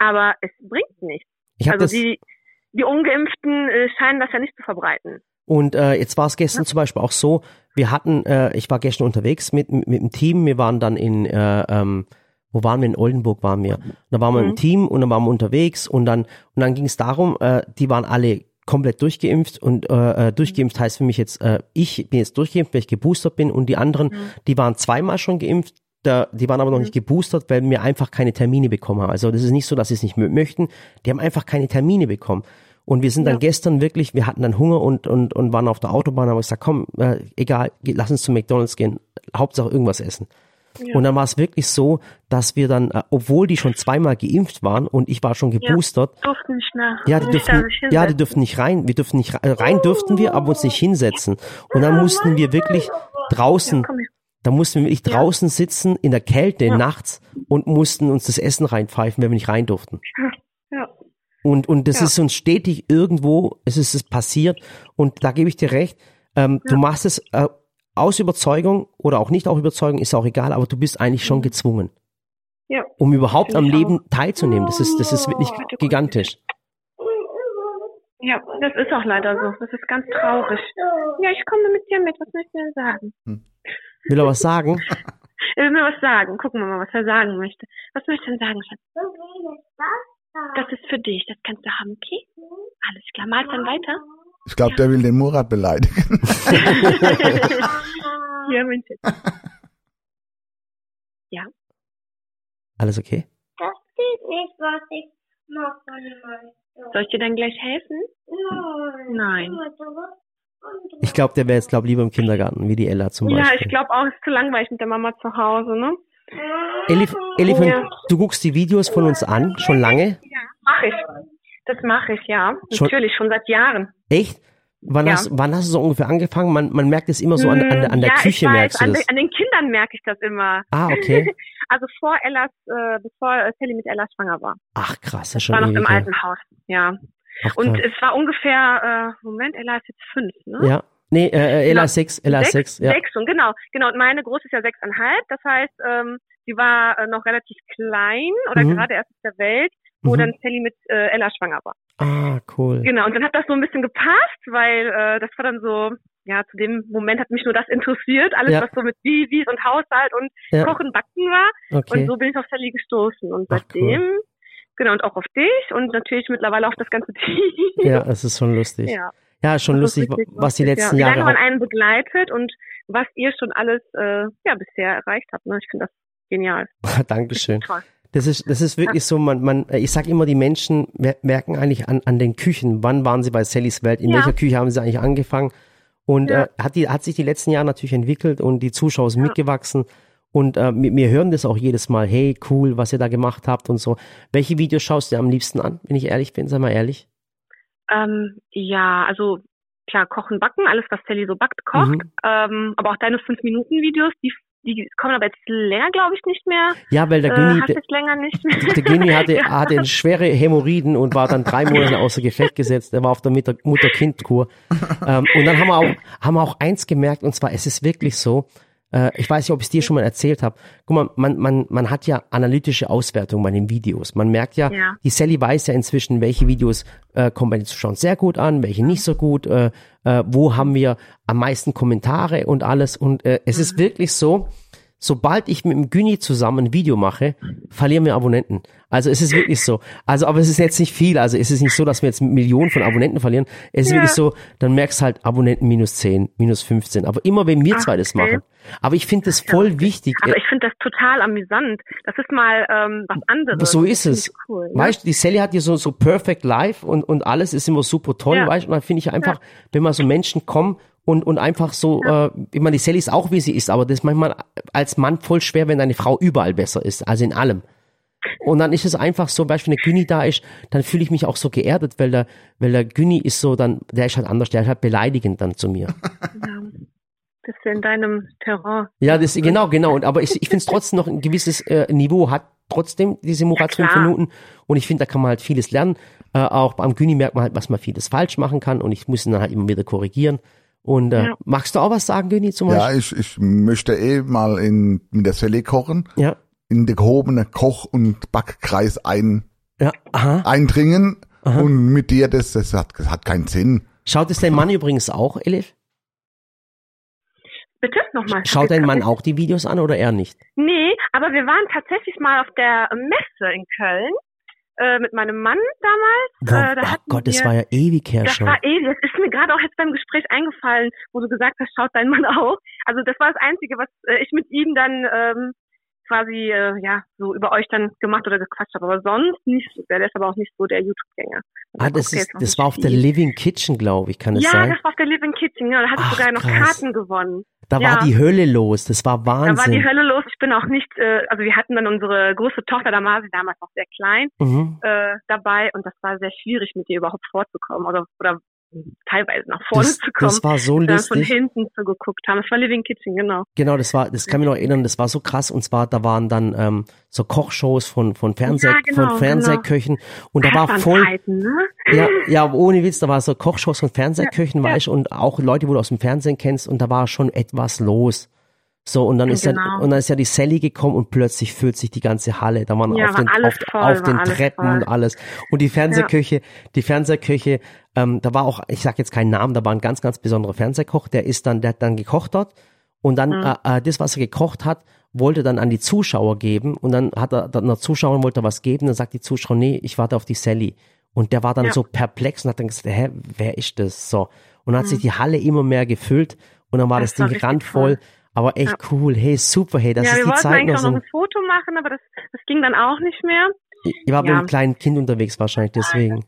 [SPEAKER 3] aber es bringt nichts.
[SPEAKER 1] Ich hab
[SPEAKER 3] also
[SPEAKER 1] das
[SPEAKER 3] die, die Ungeimpften äh, scheinen das ja nicht zu verbreiten.
[SPEAKER 1] Und äh, jetzt war es gestern ja. zum Beispiel auch so, wir hatten, äh, ich war gestern unterwegs mit mit dem Team, wir waren dann in, äh, ähm, wo waren wir, in Oldenburg waren wir. Und da waren wir mhm. im Team und dann waren wir unterwegs und dann und dann ging es darum, äh, die waren alle komplett durchgeimpft und äh, durchgeimpft heißt für mich jetzt, äh, ich bin jetzt durchgeimpft, weil ich geboostert bin und die anderen, mhm. die waren zweimal schon geimpft, da, die waren aber noch mhm. nicht geboostert, weil wir einfach keine Termine bekommen haben. Also das ist nicht so, dass sie es nicht möchten, die haben einfach keine Termine bekommen. Und wir sind dann ja. gestern wirklich, wir hatten dann Hunger und und und waren auf der Autobahn, haben gesagt, komm, äh, egal, lass uns zu McDonald's gehen, Hauptsache irgendwas essen. Ja. Und dann war es wirklich so, dass wir dann, äh, obwohl die schon zweimal geimpft waren und ich war schon geboostert,
[SPEAKER 3] ja, durften nicht mehr.
[SPEAKER 1] Ja, die dürfen, ja, die dürfen nicht rein, wir dürfen nicht rein, rein dürften wir, aber uns nicht hinsetzen. Und dann mussten wir wirklich draußen, ja, da mussten wir wirklich draußen ja. sitzen in der Kälte ja. nachts und mussten uns das Essen reinpfeifen, wenn wir nicht rein durften.
[SPEAKER 3] Ja.
[SPEAKER 1] Und, und das
[SPEAKER 3] ja.
[SPEAKER 1] ist uns stetig irgendwo, es ist es passiert und da gebe ich dir recht, ähm, ja. du machst es äh, aus Überzeugung oder auch nicht auch Überzeugung, ist auch egal, aber du bist eigentlich schon gezwungen,
[SPEAKER 3] ja.
[SPEAKER 1] um überhaupt am Leben auch. teilzunehmen. Das ist, das ist wirklich gigantisch.
[SPEAKER 3] Ja, das ist auch leider so. Das ist ganz traurig. Ja, ich komme mit dir mit. Was möchtest du denn sagen?
[SPEAKER 1] Hm. Will er was sagen?
[SPEAKER 3] Er will mir was sagen. Gucken wir mal, was er sagen möchte. Was möchtest du denn sagen, Schatz? Das ist für dich. Das kannst du haben, okay? Alles klar. Mal dann weiter.
[SPEAKER 2] Ich glaube, ja. der will den Murat beleidigen.
[SPEAKER 3] Ja, Mensch. Ja.
[SPEAKER 1] Alles okay?
[SPEAKER 4] Das geht nicht, was ich mache.
[SPEAKER 3] Soll ich dir dann gleich helfen?
[SPEAKER 4] Nein.
[SPEAKER 3] Nein.
[SPEAKER 1] Ich glaube, der wäre jetzt, glaube lieber im Kindergarten, wie die Ella zum Beispiel.
[SPEAKER 3] Ja, ich glaube auch, es ist zu langweilig mit der Mama zu Hause, ne?
[SPEAKER 1] Elif, Elif
[SPEAKER 3] ja.
[SPEAKER 1] du guckst die Videos von uns an, schon lange?
[SPEAKER 3] Ja, mache ich. Das mache ich, ja. Schon? Natürlich, schon seit Jahren.
[SPEAKER 1] Echt? Wann, ja. hast, wann hast du so ungefähr angefangen? Man, man merkt es immer so an, an, an der
[SPEAKER 3] ja,
[SPEAKER 1] Küche,
[SPEAKER 3] ich weiß,
[SPEAKER 1] merkst du
[SPEAKER 3] an
[SPEAKER 1] das?
[SPEAKER 3] Den, an den Kindern merke ich das immer.
[SPEAKER 1] Ah, okay.
[SPEAKER 3] Also vor Ellas, äh, bevor Sally mit Ella schwanger war.
[SPEAKER 1] Ach krass, das
[SPEAKER 3] ist
[SPEAKER 1] schon
[SPEAKER 3] war noch
[SPEAKER 1] ewig,
[SPEAKER 3] im alten Haus, ja.
[SPEAKER 1] Ach,
[SPEAKER 3] und es war ungefähr, äh, Moment, Ella ist jetzt fünf, ne?
[SPEAKER 1] Ja. Nee, äh, Ella ist sechs, Ella ist sechs, ja.
[SPEAKER 3] Sechs, und genau, genau. Und meine große ist ja sechseinhalb, das heißt, ähm, sie war äh, noch relativ klein oder mhm. gerade erst auf der Welt, wo mhm. dann Sally mit äh, Ella schwanger war.
[SPEAKER 1] Ah, cool.
[SPEAKER 3] Genau, und dann hat das so ein bisschen gepasst, weil äh, das war dann so, ja, zu dem Moment hat mich nur das interessiert, alles ja. was so mit Babys und Haushalt und ja. Kochen, Backen war.
[SPEAKER 1] Okay.
[SPEAKER 3] Und so bin ich auf Sally gestoßen. Und seitdem, cool. genau, und auch auf dich und natürlich mittlerweile auf das ganze Team.
[SPEAKER 1] Ja, es ist schon lustig.
[SPEAKER 3] Ja.
[SPEAKER 1] Ja, schon das lustig, was die letzten
[SPEAKER 3] ja.
[SPEAKER 1] Jahre.
[SPEAKER 3] Wie lange man einen begleitet und was ihr schon alles äh, ja bisher erreicht habt. Ne? Ich finde das genial.
[SPEAKER 1] Dankeschön.
[SPEAKER 3] Das toll.
[SPEAKER 1] Das ist, das ist wirklich ja. so, man, man, ich sag immer, die Menschen merken eigentlich an, an den Küchen, wann waren sie bei Sallys Welt, in ja. welcher Küche haben sie eigentlich angefangen. Und ja. äh, hat, die, hat sich die letzten Jahre natürlich entwickelt und die Zuschauer sind ja. mitgewachsen. Und äh, wir, wir hören das auch jedes Mal, hey, cool, was ihr da gemacht habt und so. Welche Videos schaust du dir am liebsten an, wenn ich ehrlich bin, sei mal ehrlich?
[SPEAKER 3] Ähm, ja, also klar, Kochen, Backen, alles, was Sally so backt, kocht. Mhm. Ähm, aber auch deine fünf Minuten Videos, die die kommen aber jetzt länger, glaube ich, nicht mehr.
[SPEAKER 1] Ja, weil der Günni,
[SPEAKER 3] äh, länger nicht mehr.
[SPEAKER 1] Der Günni hatte, ja. hatte schwere Hämorrhoiden und war dann drei Monate außer Gefecht gesetzt. Er war auf der Mutter-Kind-Kur. ähm, und dann haben wir auch, haben wir auch eins gemerkt, und zwar, es ist wirklich so, äh, ich weiß nicht, ob ich es dir schon mal erzählt habe. Guck mal, man, man, man hat ja analytische Auswertung bei den Videos. Man merkt ja, ja. die Sally weiß ja inzwischen, welche Videos äh, kommen bei den Zuschauern sehr gut an, welche nicht so gut, äh, äh, wo haben wir am meisten Kommentare und alles. Und äh, es mhm. ist wirklich so, sobald ich mit dem Günni zusammen ein Video mache, verlieren wir Abonnenten. Also es ist wirklich so. Also, aber es ist jetzt nicht viel. Also es ist nicht so, dass wir jetzt Millionen von Abonnenten verlieren. Es ist ja. wirklich so, dann merkst du halt Abonnenten minus zehn, minus fünfzehn. Aber immer, wenn wir zwei das machen. Aber ich finde das voll ja, wichtig.
[SPEAKER 3] Aber ich finde das total amüsant. Das ist mal ähm, was anderes.
[SPEAKER 1] So ist es.
[SPEAKER 3] Cool, ne?
[SPEAKER 1] Weißt du, die Sally hat hier so, so perfect life und, und alles ist immer super toll. Ja. Weißt du, und dann finde ich einfach, ja. wenn mal so Menschen kommen, Und, und einfach so, ja. äh, ich meine, die Sally ist auch, wie sie ist, aber das ist manchmal als Mann voll schwer, wenn deine Frau überall besser ist, also in allem. Und dann ist es einfach so, weißt du, wenn der Günni da ist, dann fühle ich mich auch so geerdet, weil der, weil der Günni ist so dann, der ist halt anders, der ist halt beleidigend dann zu mir.
[SPEAKER 3] Ja, das ist in deinem Terrain.
[SPEAKER 1] Ja, das, genau, genau. Und, aber ich, ich finde es trotzdem noch ein gewisses äh, Niveau hat, trotzdem diese Murats ja, fünf Minuten. Und ich finde, da kann man halt vieles lernen. Äh, auch beim Günni merkt man halt, was man vieles falsch machen kann. Und ich muss ihn dann halt immer wieder korrigieren. Und äh, ja. magst du auch was sagen, Günni, zum Beispiel?
[SPEAKER 2] Ja, ich, ich möchte eh mal in, mit der Sally kochen.
[SPEAKER 1] Ja.
[SPEAKER 2] In den gehobenen Koch- und Backkreis ein,
[SPEAKER 1] Ja, aha.
[SPEAKER 2] eindringen
[SPEAKER 1] Aha.
[SPEAKER 2] und mit dir, das, das hat, das hat keinen Sinn.
[SPEAKER 1] Schaut es dein Mann übrigens auch, Elif?
[SPEAKER 3] Bitte? Nochmal.
[SPEAKER 1] Schaut dein Mann auch die Videos an oder er nicht?
[SPEAKER 3] Nee, aber wir waren tatsächlich mal auf der Messe in Köln äh, mit meinem Mann damals.
[SPEAKER 1] Wo,
[SPEAKER 3] äh, da
[SPEAKER 1] ach
[SPEAKER 3] hatten
[SPEAKER 1] Gott, das
[SPEAKER 3] wir,
[SPEAKER 1] war ja ewig her
[SPEAKER 3] das
[SPEAKER 1] schon.
[SPEAKER 3] war ewig. Das ist mir gerade auch jetzt beim Gespräch eingefallen, wo du gesagt hast, schaut dein Mann auch. Also das war das Einzige, was äh, ich mit ihm dann ähm, quasi äh, ja so über euch dann gemacht oder gequatscht habe. Aber sonst nicht so. Der ist aber auch nicht so der YouTube-Gänger.
[SPEAKER 1] Ah, das,
[SPEAKER 3] okay,
[SPEAKER 1] ist, das war auf der
[SPEAKER 3] viel.
[SPEAKER 1] Living Kitchen, glaube ich, kann es
[SPEAKER 3] Ja,
[SPEAKER 1] sein?
[SPEAKER 3] das war auf der Living Kitchen. Ja, da hatte ich
[SPEAKER 1] Ach,
[SPEAKER 3] sogar noch
[SPEAKER 1] krass.
[SPEAKER 3] Karten gewonnen.
[SPEAKER 1] Da
[SPEAKER 3] ja.
[SPEAKER 1] war die Hölle los, das war Wahnsinn.
[SPEAKER 3] Da war die Hölle los. Ich bin auch nicht, äh, also wir hatten dann unsere große Tochter, da war sie damals noch sehr klein,
[SPEAKER 1] Mhm.
[SPEAKER 3] äh, dabei und das war sehr schwierig, mit ihr überhaupt vorzukommen oder oder teilweise nach vorne
[SPEAKER 1] Das,
[SPEAKER 3] zu kommen.
[SPEAKER 1] das war so
[SPEAKER 3] dass wir dann von
[SPEAKER 1] lustig.
[SPEAKER 3] hinten zu geguckt haben. Das war Living Kitchen, genau.
[SPEAKER 1] Genau, das war, das kann mich noch erinnern, das war so krass. Und zwar, da waren dann ähm, so Kochshows von von Fernseh,
[SPEAKER 3] Ja, genau,
[SPEAKER 1] von Fernsehköchen und da
[SPEAKER 3] Das
[SPEAKER 1] war
[SPEAKER 3] waren
[SPEAKER 1] voll,
[SPEAKER 3] Zeiten, ne?
[SPEAKER 1] ja, ja, aber ohne Witz, da war so Kochshows von Fernsehköchen,
[SPEAKER 3] Ja, ja.
[SPEAKER 1] weißt du, und auch Leute, wo du aus dem Fernsehen kennst, und da war schon etwas los. So, und dann ist ja,
[SPEAKER 3] Genau.
[SPEAKER 1] und dann ist ja die Sally gekommen und plötzlich füllt sich die ganze Halle. Da waren
[SPEAKER 3] Ja,
[SPEAKER 1] auf
[SPEAKER 3] war
[SPEAKER 1] den,
[SPEAKER 3] alles
[SPEAKER 1] auf,
[SPEAKER 3] voll,
[SPEAKER 1] auf
[SPEAKER 3] war
[SPEAKER 1] den
[SPEAKER 3] alles
[SPEAKER 1] Treppen
[SPEAKER 3] voll.
[SPEAKER 1] und alles. Und die Fernsehköche, die Fernsehköche, ähm, da war auch, ich sag jetzt keinen Namen, da war ein ganz, ganz besonderer Fernsehkoch, der ist dann, der hat dann gekocht dort und dann,
[SPEAKER 3] Mhm.
[SPEAKER 1] äh, äh, das, was er gekocht hat, wollte dann an die Zuschauer geben und dann hat er, dann der Zuschauer wollte er was geben, dann sagt die Zuschauer, nee, ich warte auf die Sally. Und der war dann
[SPEAKER 3] Ja.
[SPEAKER 1] so perplex und hat dann gesagt, hä, wer ist das? So. Und dann hat
[SPEAKER 3] Mhm.
[SPEAKER 1] sich die Halle immer mehr gefüllt und dann war das,
[SPEAKER 3] Das war
[SPEAKER 1] Ding
[SPEAKER 3] richtig
[SPEAKER 1] randvoll.
[SPEAKER 3] toll.
[SPEAKER 1] Aber echt cool, hey, super, hey, das
[SPEAKER 3] ja,
[SPEAKER 1] ist
[SPEAKER 3] wir
[SPEAKER 1] die
[SPEAKER 3] wollten
[SPEAKER 1] Zeit
[SPEAKER 3] eigentlich
[SPEAKER 1] noch
[SPEAKER 3] auch noch
[SPEAKER 1] so.
[SPEAKER 3] ein Foto machen, aber das, das ging dann auch nicht mehr.
[SPEAKER 1] Ich war mit
[SPEAKER 3] Ja.
[SPEAKER 1] einem kleinen Kind unterwegs wahrscheinlich, deswegen.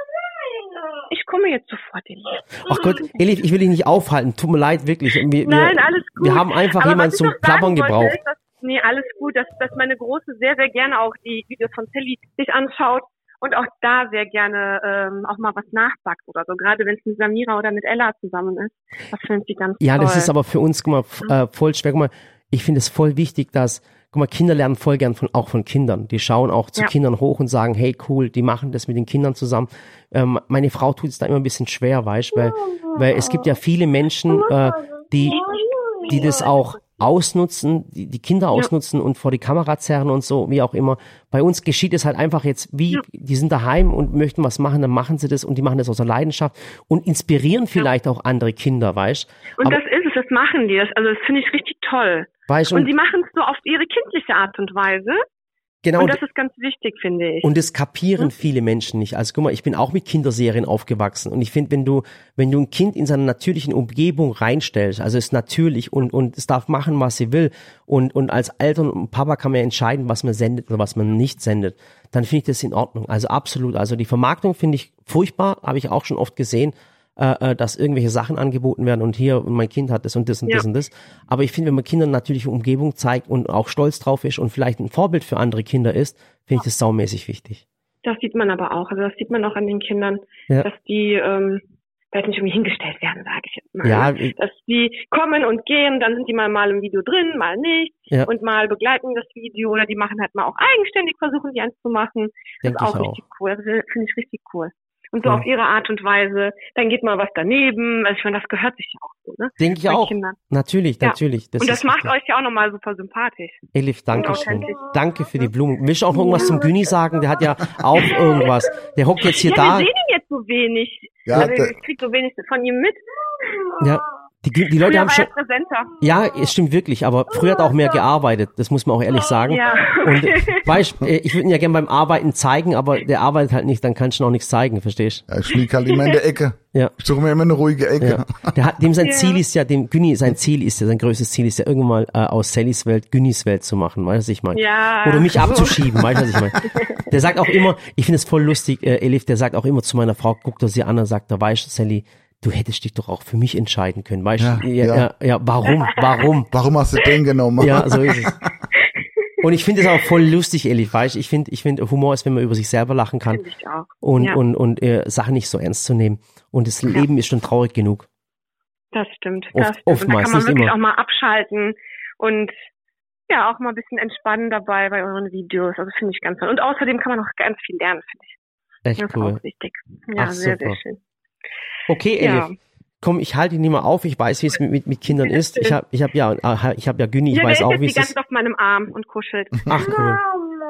[SPEAKER 3] Ich komme jetzt sofort, Elif.
[SPEAKER 1] Ach Gott, Elif, ich will dich nicht aufhalten, tut mir leid, wirklich. Wir,
[SPEAKER 3] Nein,
[SPEAKER 1] wir,
[SPEAKER 3] alles gut.
[SPEAKER 1] wir haben einfach
[SPEAKER 3] Aber
[SPEAKER 1] jemanden
[SPEAKER 3] was ich
[SPEAKER 1] zum
[SPEAKER 3] noch sagen
[SPEAKER 1] Plappern
[SPEAKER 3] wollte,
[SPEAKER 1] gebraucht.
[SPEAKER 3] Ist, dass, nee, alles gut, dass, dass meine Große sehr, sehr gerne auch die Videos von Sally sich anschaut und auch da sehr gerne ähm, auch mal was nachbackt oder so. Gerade wenn es mit Samira oder mit Ella zusammen ist. Das findet sie ganz
[SPEAKER 1] Ja,
[SPEAKER 3] toll.
[SPEAKER 1] das ist aber für uns, guck mal, f- äh, voll schwer. Guck mal, ich finde es voll wichtig, dass, guck mal, Kinder lernen voll gern von, auch von Kindern. Die schauen auch zu
[SPEAKER 3] Ja.
[SPEAKER 1] Kindern hoch und sagen, hey, cool, die machen das mit den Kindern zusammen. Ähm, meine Frau tut es da immer ein bisschen schwer, weißt, weil, weil es gibt ja viele Menschen, äh, die, die das auch ausnutzen, die, die Kinder ausnutzen und vor die Kamera zerren und so, wie auch immer. Bei uns geschieht es halt einfach jetzt, wie,
[SPEAKER 3] Ja.
[SPEAKER 1] die sind daheim und möchten was machen, dann machen sie das und die machen das aus der Leidenschaft und inspirieren vielleicht auch andere Kinder, weißt.
[SPEAKER 3] Und
[SPEAKER 1] Aber,
[SPEAKER 3] das ist es, das machen die. Das, also das finde ich richtig toll.
[SPEAKER 1] weißt,
[SPEAKER 3] Und,
[SPEAKER 1] und,
[SPEAKER 3] die machen es so auf ihre kindliche Art und Weise.
[SPEAKER 1] genau,
[SPEAKER 3] Und das ist ganz wichtig, finde ich.
[SPEAKER 1] und das kapieren viele Menschen nicht. Also guck mal, ich bin auch mit Kinderserien aufgewachsen und ich finde, wenn du, wenn du ein Kind in seiner natürlichen Umgebung reinstellst, also es ist natürlich und, und es darf machen, was sie will und, und als Eltern und Papa kann man ja entscheiden, was man sendet oder was man nicht sendet, dann finde ich das in Ordnung. Also absolut. Also die Vermarktung finde ich furchtbar, habe ich auch schon oft gesehen, äh, äh, dass irgendwelche Sachen angeboten werden und hier und mein Kind hat das und das und
[SPEAKER 3] Ja.
[SPEAKER 1] das und das. Aber ich finde, wenn man Kindern natürliche Umgebung zeigt und auch stolz drauf ist und vielleicht ein Vorbild für andere Kinder ist, finde ich das saumäßig wichtig.
[SPEAKER 3] Das sieht man aber auch. Also das sieht man auch an den Kindern,
[SPEAKER 1] Ja.
[SPEAKER 3] dass die ähm, weiß nicht irgendwie hingestellt werden, sage ich jetzt mal.
[SPEAKER 1] Ja,
[SPEAKER 3] ne?
[SPEAKER 1] ich-
[SPEAKER 3] Dass die kommen und gehen, dann sind die mal, mal im Video drin, mal nicht
[SPEAKER 1] Ja.
[SPEAKER 3] und mal begleiten das Video oder die machen halt mal auch eigenständig, versuchen die eins zu machen. Das
[SPEAKER 1] Denk
[SPEAKER 3] ist auch
[SPEAKER 1] ich auch.
[SPEAKER 3] richtig cool. Das finde ich richtig cool. Und so
[SPEAKER 1] Ja.
[SPEAKER 3] auf ihre Art und Weise, dann geht mal was daneben. Also ich meine, das gehört sich ja auch so, ne?
[SPEAKER 1] Denke ich
[SPEAKER 3] Bei
[SPEAKER 1] auch.
[SPEAKER 3] Kindern.
[SPEAKER 1] Natürlich,
[SPEAKER 3] Ja.
[SPEAKER 1] natürlich. Das
[SPEAKER 3] und das
[SPEAKER 1] ist
[SPEAKER 3] macht
[SPEAKER 1] wichtig.
[SPEAKER 3] euch ja auch nochmal super sympathisch.
[SPEAKER 1] Elif, danke
[SPEAKER 3] und
[SPEAKER 1] schön.
[SPEAKER 3] authentisch.
[SPEAKER 1] Danke für die Blumen. Willst du auch noch irgendwas zum Güni sagen? Der hat ja auch irgendwas. Der hockt jetzt hier
[SPEAKER 3] Ja,
[SPEAKER 1] da.
[SPEAKER 3] wir sehen ihn jetzt so wenig.
[SPEAKER 2] Ja,
[SPEAKER 3] also
[SPEAKER 2] der-
[SPEAKER 3] ich krieg so wenig von ihm mit.
[SPEAKER 1] Ja. Die, die Leute
[SPEAKER 3] Früher
[SPEAKER 1] haben
[SPEAKER 3] war
[SPEAKER 1] schon.
[SPEAKER 3] er präsenter.
[SPEAKER 1] Ja, es stimmt wirklich, aber früher hat er auch mehr gearbeitet, das muss man auch ehrlich sagen.
[SPEAKER 3] Ja,
[SPEAKER 1] Und
[SPEAKER 3] okay.
[SPEAKER 1] äh, weißt, äh, ich würde ihn ja gerne beim Arbeiten zeigen, aber der arbeitet halt nicht, dann kannst du ihn auch nichts zeigen, verstehst
[SPEAKER 2] Ja, ich lieg halt immer in der Ecke.
[SPEAKER 1] Ja.
[SPEAKER 2] Ich suche mir immer eine ruhige Ecke.
[SPEAKER 1] Ja. Der hat, dem sein
[SPEAKER 3] Ja.
[SPEAKER 1] Ziel ist ja, dem Günni, sein Ziel ist ja, sein größtes Ziel ist ja irgendwann mal äh, aus Sallys Welt Günnis Welt zu machen, weißt du, was ich meine?
[SPEAKER 3] Ja.
[SPEAKER 1] Oder mich abzuschieben, weißt du, was ich meine? Der sagt auch immer, ich finde es voll lustig, äh, Elif, der sagt auch immer zu meiner Frau, guckt er sie an und sagt, da weißt du, Sally, du hättest dich doch auch für mich entscheiden können, weißt
[SPEAKER 2] Ja,
[SPEAKER 1] du? Ja, ja.
[SPEAKER 2] ja.
[SPEAKER 1] Ja, warum, warum?
[SPEAKER 2] Warum hast du den genommen?
[SPEAKER 1] Ja, so ist es. Und ich finde es auch voll lustig, Elif, weißt du? Ich finde, ich finde, Humor ist, wenn man über sich selber lachen kann
[SPEAKER 3] Finde ich auch.
[SPEAKER 1] und,
[SPEAKER 3] Ja.
[SPEAKER 1] und, und äh, Sachen nicht so ernst zu nehmen. Und das Leben ist schon traurig genug.
[SPEAKER 3] Das stimmt.
[SPEAKER 1] Oft-
[SPEAKER 3] Das stimmt. Und da
[SPEAKER 1] oftmals,
[SPEAKER 3] kann man
[SPEAKER 1] nicht
[SPEAKER 3] wirklich
[SPEAKER 1] immer.
[SPEAKER 3] auch mal abschalten und ja, auch mal ein bisschen entspannen dabei bei euren Videos. Also finde ich ganz toll. Und außerdem kann man noch ganz viel lernen, finde ich.
[SPEAKER 1] Echt
[SPEAKER 3] Das ist
[SPEAKER 1] cool.
[SPEAKER 3] auch wichtig. Ja,
[SPEAKER 1] Ach,
[SPEAKER 3] sehr,
[SPEAKER 1] super.
[SPEAKER 3] sehr schön.
[SPEAKER 1] Okay, Elif.
[SPEAKER 3] Ja.
[SPEAKER 1] Komm, ich halte ihn nicht mehr auf. Ich weiß, wie es mit, mit, mit Kindern ist. Ich habe ich hab ja, äh, ich habe ja Günni, ich
[SPEAKER 3] ja,
[SPEAKER 1] weiß
[SPEAKER 3] der
[SPEAKER 1] auch,
[SPEAKER 3] ist
[SPEAKER 1] wie
[SPEAKER 3] jetzt
[SPEAKER 1] es
[SPEAKER 3] die ganze
[SPEAKER 1] ist.
[SPEAKER 3] Zeit auf meinem Arm und kuschelt.
[SPEAKER 1] Ach, cool.
[SPEAKER 4] Mama.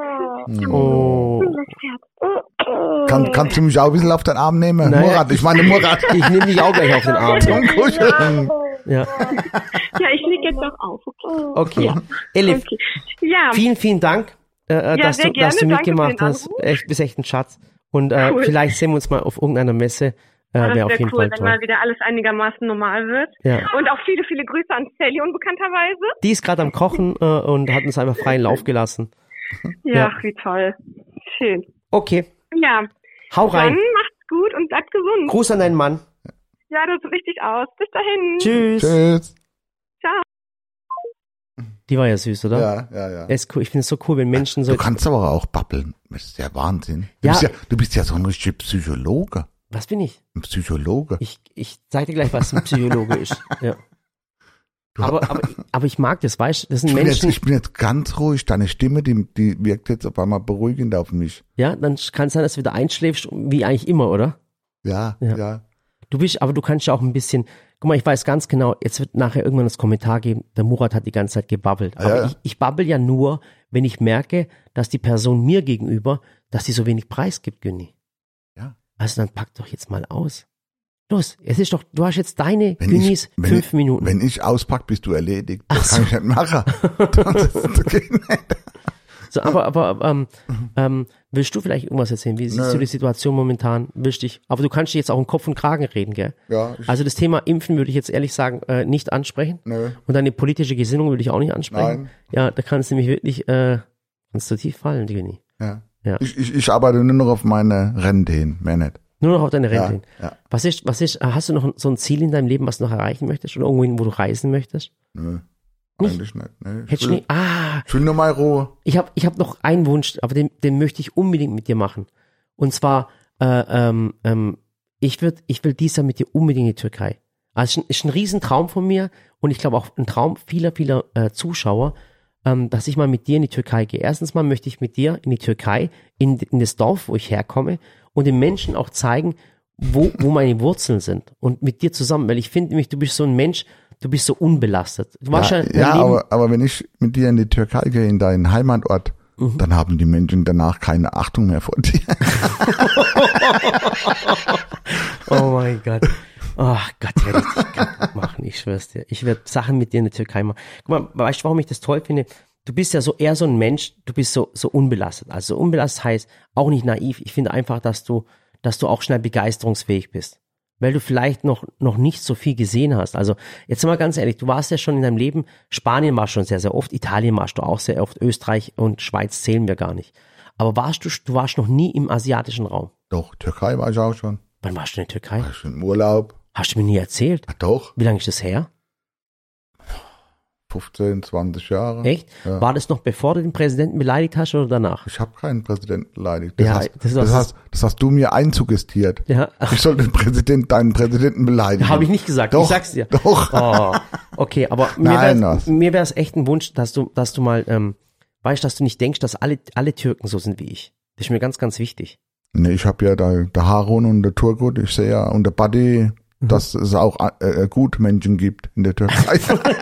[SPEAKER 1] Oh.
[SPEAKER 2] Kann, kannst du mich auch ein bisschen auf den Arm nehmen?
[SPEAKER 1] Naja,
[SPEAKER 2] Murat, ich meine Murat.
[SPEAKER 1] Ich nehme dich auch gleich auf den Arm.
[SPEAKER 2] Zum Kuscheln.
[SPEAKER 1] Ja,
[SPEAKER 3] Ja, ich leg jetzt auch auf. Okay.
[SPEAKER 1] okay.
[SPEAKER 3] Ja.
[SPEAKER 1] Elif,
[SPEAKER 3] Okay. Ja,
[SPEAKER 1] vielen, vielen Dank, äh,
[SPEAKER 3] Ja,
[SPEAKER 1] dass,
[SPEAKER 3] sehr
[SPEAKER 1] du, dass du
[SPEAKER 3] gerne. Danke
[SPEAKER 1] mitgemacht
[SPEAKER 3] für den
[SPEAKER 1] hast.
[SPEAKER 3] Anruf.
[SPEAKER 1] Echt, bist echt ein Schatz. Und äh,
[SPEAKER 3] Cool.
[SPEAKER 1] vielleicht sehen wir uns mal auf irgendeiner Messe. Äh,
[SPEAKER 3] das
[SPEAKER 1] Wäre auf
[SPEAKER 3] wäre
[SPEAKER 1] jeden
[SPEAKER 3] cool,
[SPEAKER 1] Fall
[SPEAKER 3] wenn
[SPEAKER 1] toll.
[SPEAKER 3] mal wieder alles einigermaßen normal wird.
[SPEAKER 1] Ja.
[SPEAKER 3] Und auch viele, viele Grüße an Sally unbekannterweise.
[SPEAKER 1] Die ist gerade am Kochen äh, und hat uns einfach freien Lauf gelassen.
[SPEAKER 3] Ja,
[SPEAKER 1] Ja.
[SPEAKER 3] wie toll. Schön.
[SPEAKER 1] Okay,
[SPEAKER 3] Ja,
[SPEAKER 1] hau
[SPEAKER 3] dann
[SPEAKER 1] rein.
[SPEAKER 3] macht's gut und bleibt gesund.
[SPEAKER 1] Gruß an deinen Mann.
[SPEAKER 3] Ja, das sieht richtig aus. Bis dahin.
[SPEAKER 1] Tschüss.
[SPEAKER 2] Tschüss.
[SPEAKER 3] Ciao.
[SPEAKER 1] Die war ja süß, oder?
[SPEAKER 2] Ja, ja, ja.
[SPEAKER 1] Ist cool. Ich finde es so cool, wenn Menschen so...
[SPEAKER 2] Du kannst aber auch babbeln. Das ist ja Wahnsinn. Du,
[SPEAKER 1] Ja.
[SPEAKER 2] bist ja, du bist ja so ein richtiger Psychologe.
[SPEAKER 1] Was bin ich?
[SPEAKER 2] Ein Psychologe.
[SPEAKER 1] Ich, ich zeig dir gleich, was ein Psychologe ist. Ja. Aber, aber, aber ich mag das, weißt du? Das sind
[SPEAKER 2] Ich bin, jetzt,
[SPEAKER 1] Menschen...
[SPEAKER 2] ich bin jetzt ganz ruhig. Deine Stimme, die, die wirkt jetzt auf einmal beruhigend auf mich.
[SPEAKER 1] Ja, dann kann es sein, dass du wieder einschläfst, wie eigentlich immer, oder?
[SPEAKER 2] Ja,
[SPEAKER 1] Ja.
[SPEAKER 2] ja.
[SPEAKER 1] Du bist, aber du kannst ja auch ein bisschen, guck mal, ich weiß ganz genau, jetzt wird nachher irgendwann das Kommentar geben, der Murat hat die ganze Zeit gebabbelt. Aber
[SPEAKER 2] Ja, ja.
[SPEAKER 1] ich, ich babbel ja nur, wenn ich merke, dass die Person mir gegenüber, dass sie so wenig Preis gibt, Günni.
[SPEAKER 2] Ja.
[SPEAKER 1] Also dann pack doch jetzt mal aus. Los, es ist doch, du hast jetzt deine
[SPEAKER 2] Wenn
[SPEAKER 1] Günnis
[SPEAKER 2] ich, wenn
[SPEAKER 1] fünf
[SPEAKER 2] ich,
[SPEAKER 1] Minuten.
[SPEAKER 2] Wenn ich auspack, bist du erledigt. Das
[SPEAKER 1] Ach
[SPEAKER 2] kann ich nicht machen. Das, das geht nicht.
[SPEAKER 1] So, aber, aber ähm, ähm, willst du vielleicht irgendwas erzählen? Wie siehst
[SPEAKER 2] Nö.
[SPEAKER 1] du die Situation momentan? Willst dich, aber du kannst dich jetzt auch in Kopf und Kragen reden, gell?
[SPEAKER 2] Ja, ich,
[SPEAKER 1] Also das Thema Impfen würde ich jetzt ehrlich sagen äh, nicht ansprechen.
[SPEAKER 2] nö.
[SPEAKER 1] Und deine politische Gesinnung würde ich auch nicht ansprechen.
[SPEAKER 2] Nein.
[SPEAKER 1] Ja, da kann es nämlich wirklich äh, kannst du tief fallen, Dini.
[SPEAKER 2] Ja.
[SPEAKER 1] Ja.
[SPEAKER 2] Ich, ich, ich arbeite nur noch auf meine Rente hin, mehr nicht.
[SPEAKER 1] Nur noch auf deine Rente
[SPEAKER 2] Ja,
[SPEAKER 1] hin.
[SPEAKER 2] ja.
[SPEAKER 1] Was ist, was ist, hast du noch so ein Ziel in deinem Leben, was du noch erreichen möchtest? Oder irgendwo hin, wo du reisen möchtest?
[SPEAKER 2] Nö.
[SPEAKER 1] Nicht?
[SPEAKER 2] Eigentlich nicht. Nee, ich,
[SPEAKER 1] Hättest du
[SPEAKER 2] will,
[SPEAKER 1] nicht, ah,
[SPEAKER 2] ich will nur mal Ruhe.
[SPEAKER 1] ich habe ich hab noch einen Wunsch, aber den, den möchte ich unbedingt mit dir machen. Und zwar, äh, ähm, ähm, ich, würd, ich will dies Jahr mit dir unbedingt in die Türkei. Also ist ein, ist ein Riesentraum von mir und ich glaube auch ein Traum vieler, vieler äh, Zuschauer, ähm, dass ich mal mit dir in die Türkei gehe. Erstens mal möchte ich mit dir in die Türkei, in, in das Dorf, wo ich herkomme und den Menschen auch zeigen, wo, wo meine Wurzeln sind und mit dir zusammen, weil ich finde nämlich, du bist so ein Mensch, du bist so unbelastet. Du warst ja,
[SPEAKER 2] Ja,
[SPEAKER 1] dein
[SPEAKER 2] ja
[SPEAKER 1] Leben,
[SPEAKER 2] aber, aber wenn ich mit dir in die Türkei gehe, in deinen Heimatort,
[SPEAKER 1] Mhm.
[SPEAKER 2] dann haben die Menschen danach keine Achtung mehr vor dir.
[SPEAKER 1] oh mein Gott. Oh Gott, werde ich dich kaputt machen, ich schwör's dir. Ich werde Sachen mit dir in der Türkei machen. Guck mal, weißt du, warum ich das toll finde? Du bist ja so eher so ein Mensch, du bist so, so unbelastet. Also so unbelastet heißt auch nicht naiv. Ich finde einfach, dass du, dass du auch schnell begeisterungsfähig bist. Weil du vielleicht noch, noch nicht so viel gesehen hast. Also, jetzt mal ganz ehrlich, du warst ja schon in deinem Leben, Spanien warst schon sehr, sehr oft, Italien warst du auch sehr oft, Österreich und Schweiz zählen wir gar nicht. Aber warst du, du warst noch nie im asiatischen Raum.
[SPEAKER 2] Doch, Türkei war ich auch schon.
[SPEAKER 1] Wann warst du in der Türkei?
[SPEAKER 2] War ich im Urlaub.
[SPEAKER 1] Hast du mir nie erzählt?
[SPEAKER 2] Ja, doch,
[SPEAKER 1] Wie lange ist das her?
[SPEAKER 2] fünfzehn, zwanzig Jahre.
[SPEAKER 1] Echt?
[SPEAKER 2] Ja.
[SPEAKER 1] War das noch bevor du den Präsidenten beleidigt hast oder danach?
[SPEAKER 2] Ich habe keinen Präsidenten beleidigt. Das,
[SPEAKER 1] Ja,
[SPEAKER 2] hast,
[SPEAKER 1] das
[SPEAKER 2] das,
[SPEAKER 1] ist was-
[SPEAKER 2] hast, das hast du mir einsuggestiert.
[SPEAKER 1] Ja,
[SPEAKER 2] Ich soll den Präsident, deinen Präsidenten beleidigen.
[SPEAKER 1] habe ich nicht gesagt.
[SPEAKER 2] Doch,
[SPEAKER 1] Ich sag's dir.
[SPEAKER 2] Doch.
[SPEAKER 1] Oh, okay, aber mir
[SPEAKER 2] Nein,
[SPEAKER 1] wäre
[SPEAKER 2] was?
[SPEAKER 1] mir wär's echt ein Wunsch, dass du, dass du mal, ähm, weißt, dass du nicht denkst, dass alle, alle Türken so sind wie ich. Das ist mir ganz, ganz wichtig.
[SPEAKER 2] Nee, ich habe ja da der Harun und der Turgut, ich sehe ja, und der Buddy,
[SPEAKER 1] Mhm.
[SPEAKER 2] dass es auch äh, gut Menschen gibt in der Türkei.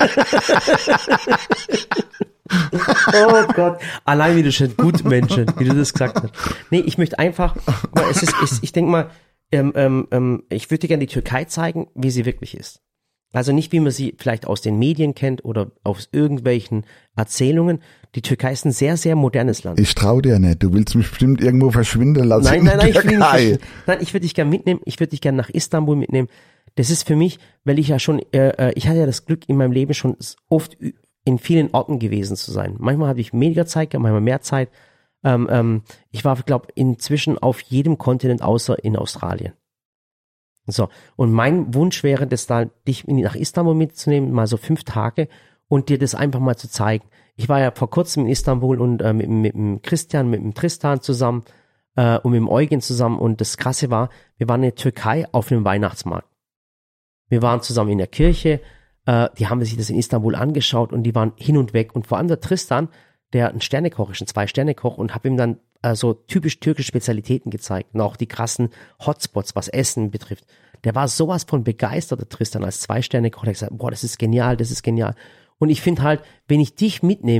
[SPEAKER 1] Oh Gott. Allein wie du schon gut Menschen, wie du das gesagt hast. Nee, ich möchte einfach, aber es ist, ich, ich denke mal, ähm, ähm, ähm, ich würde dir gerne die Türkei zeigen, wie sie wirklich ist. Also nicht, wie man sie vielleicht aus den Medien kennt oder aus irgendwelchen Erzählungen. Die Türkei ist ein sehr, sehr modernes Land.
[SPEAKER 2] Ich trau dir nicht, du willst mich bestimmt irgendwo verschwinden lassen.
[SPEAKER 1] Nein,
[SPEAKER 2] in
[SPEAKER 1] nein, nein, ich
[SPEAKER 2] der
[SPEAKER 1] will nicht.
[SPEAKER 2] Türkei.
[SPEAKER 1] verstehen. Nein, ich würde dich gerne mitnehmen. Ich würde dich gerne nach Istanbul mitnehmen. Das ist für mich, weil ich ja schon, äh, äh, ich hatte ja das Glück in meinem Leben schon oft ü- in vielen Orten gewesen zu sein. Manchmal hatte ich weniger Zeit, gehabt, manchmal mehr Zeit. Ähm, ähm, ich war, glaube inzwischen auf jedem Kontinent außer in Australien. So, und mein Wunsch wäre, das da dich in- nach Istanbul mitzunehmen, mal so fünf Tage und dir das einfach mal zu zeigen. Ich war ja vor kurzem in Istanbul und äh, mit, mit dem Christian, mit dem Tristan zusammen äh, und mit dem Eugen zusammen und das Krasse war, wir waren in der Türkei auf einem Weihnachtsmarkt. Wir waren zusammen in der Kirche, äh, die haben sich das in Istanbul angeschaut und die waren hin und weg und vor allem der Tristan, der ein Sternekoch ist, ein Zwei-Sterne-Koch und habe ihm dann äh, so typisch türkische Spezialitäten gezeigt und auch die krassen Hotspots, was Essen betrifft. Der war sowas von begeistert, der Tristan, als Zwei-Sterne-Koch, der hat gesagt, boah, das ist genial, das ist genial. Und ich finde halt, wenn ich dich mitnehme,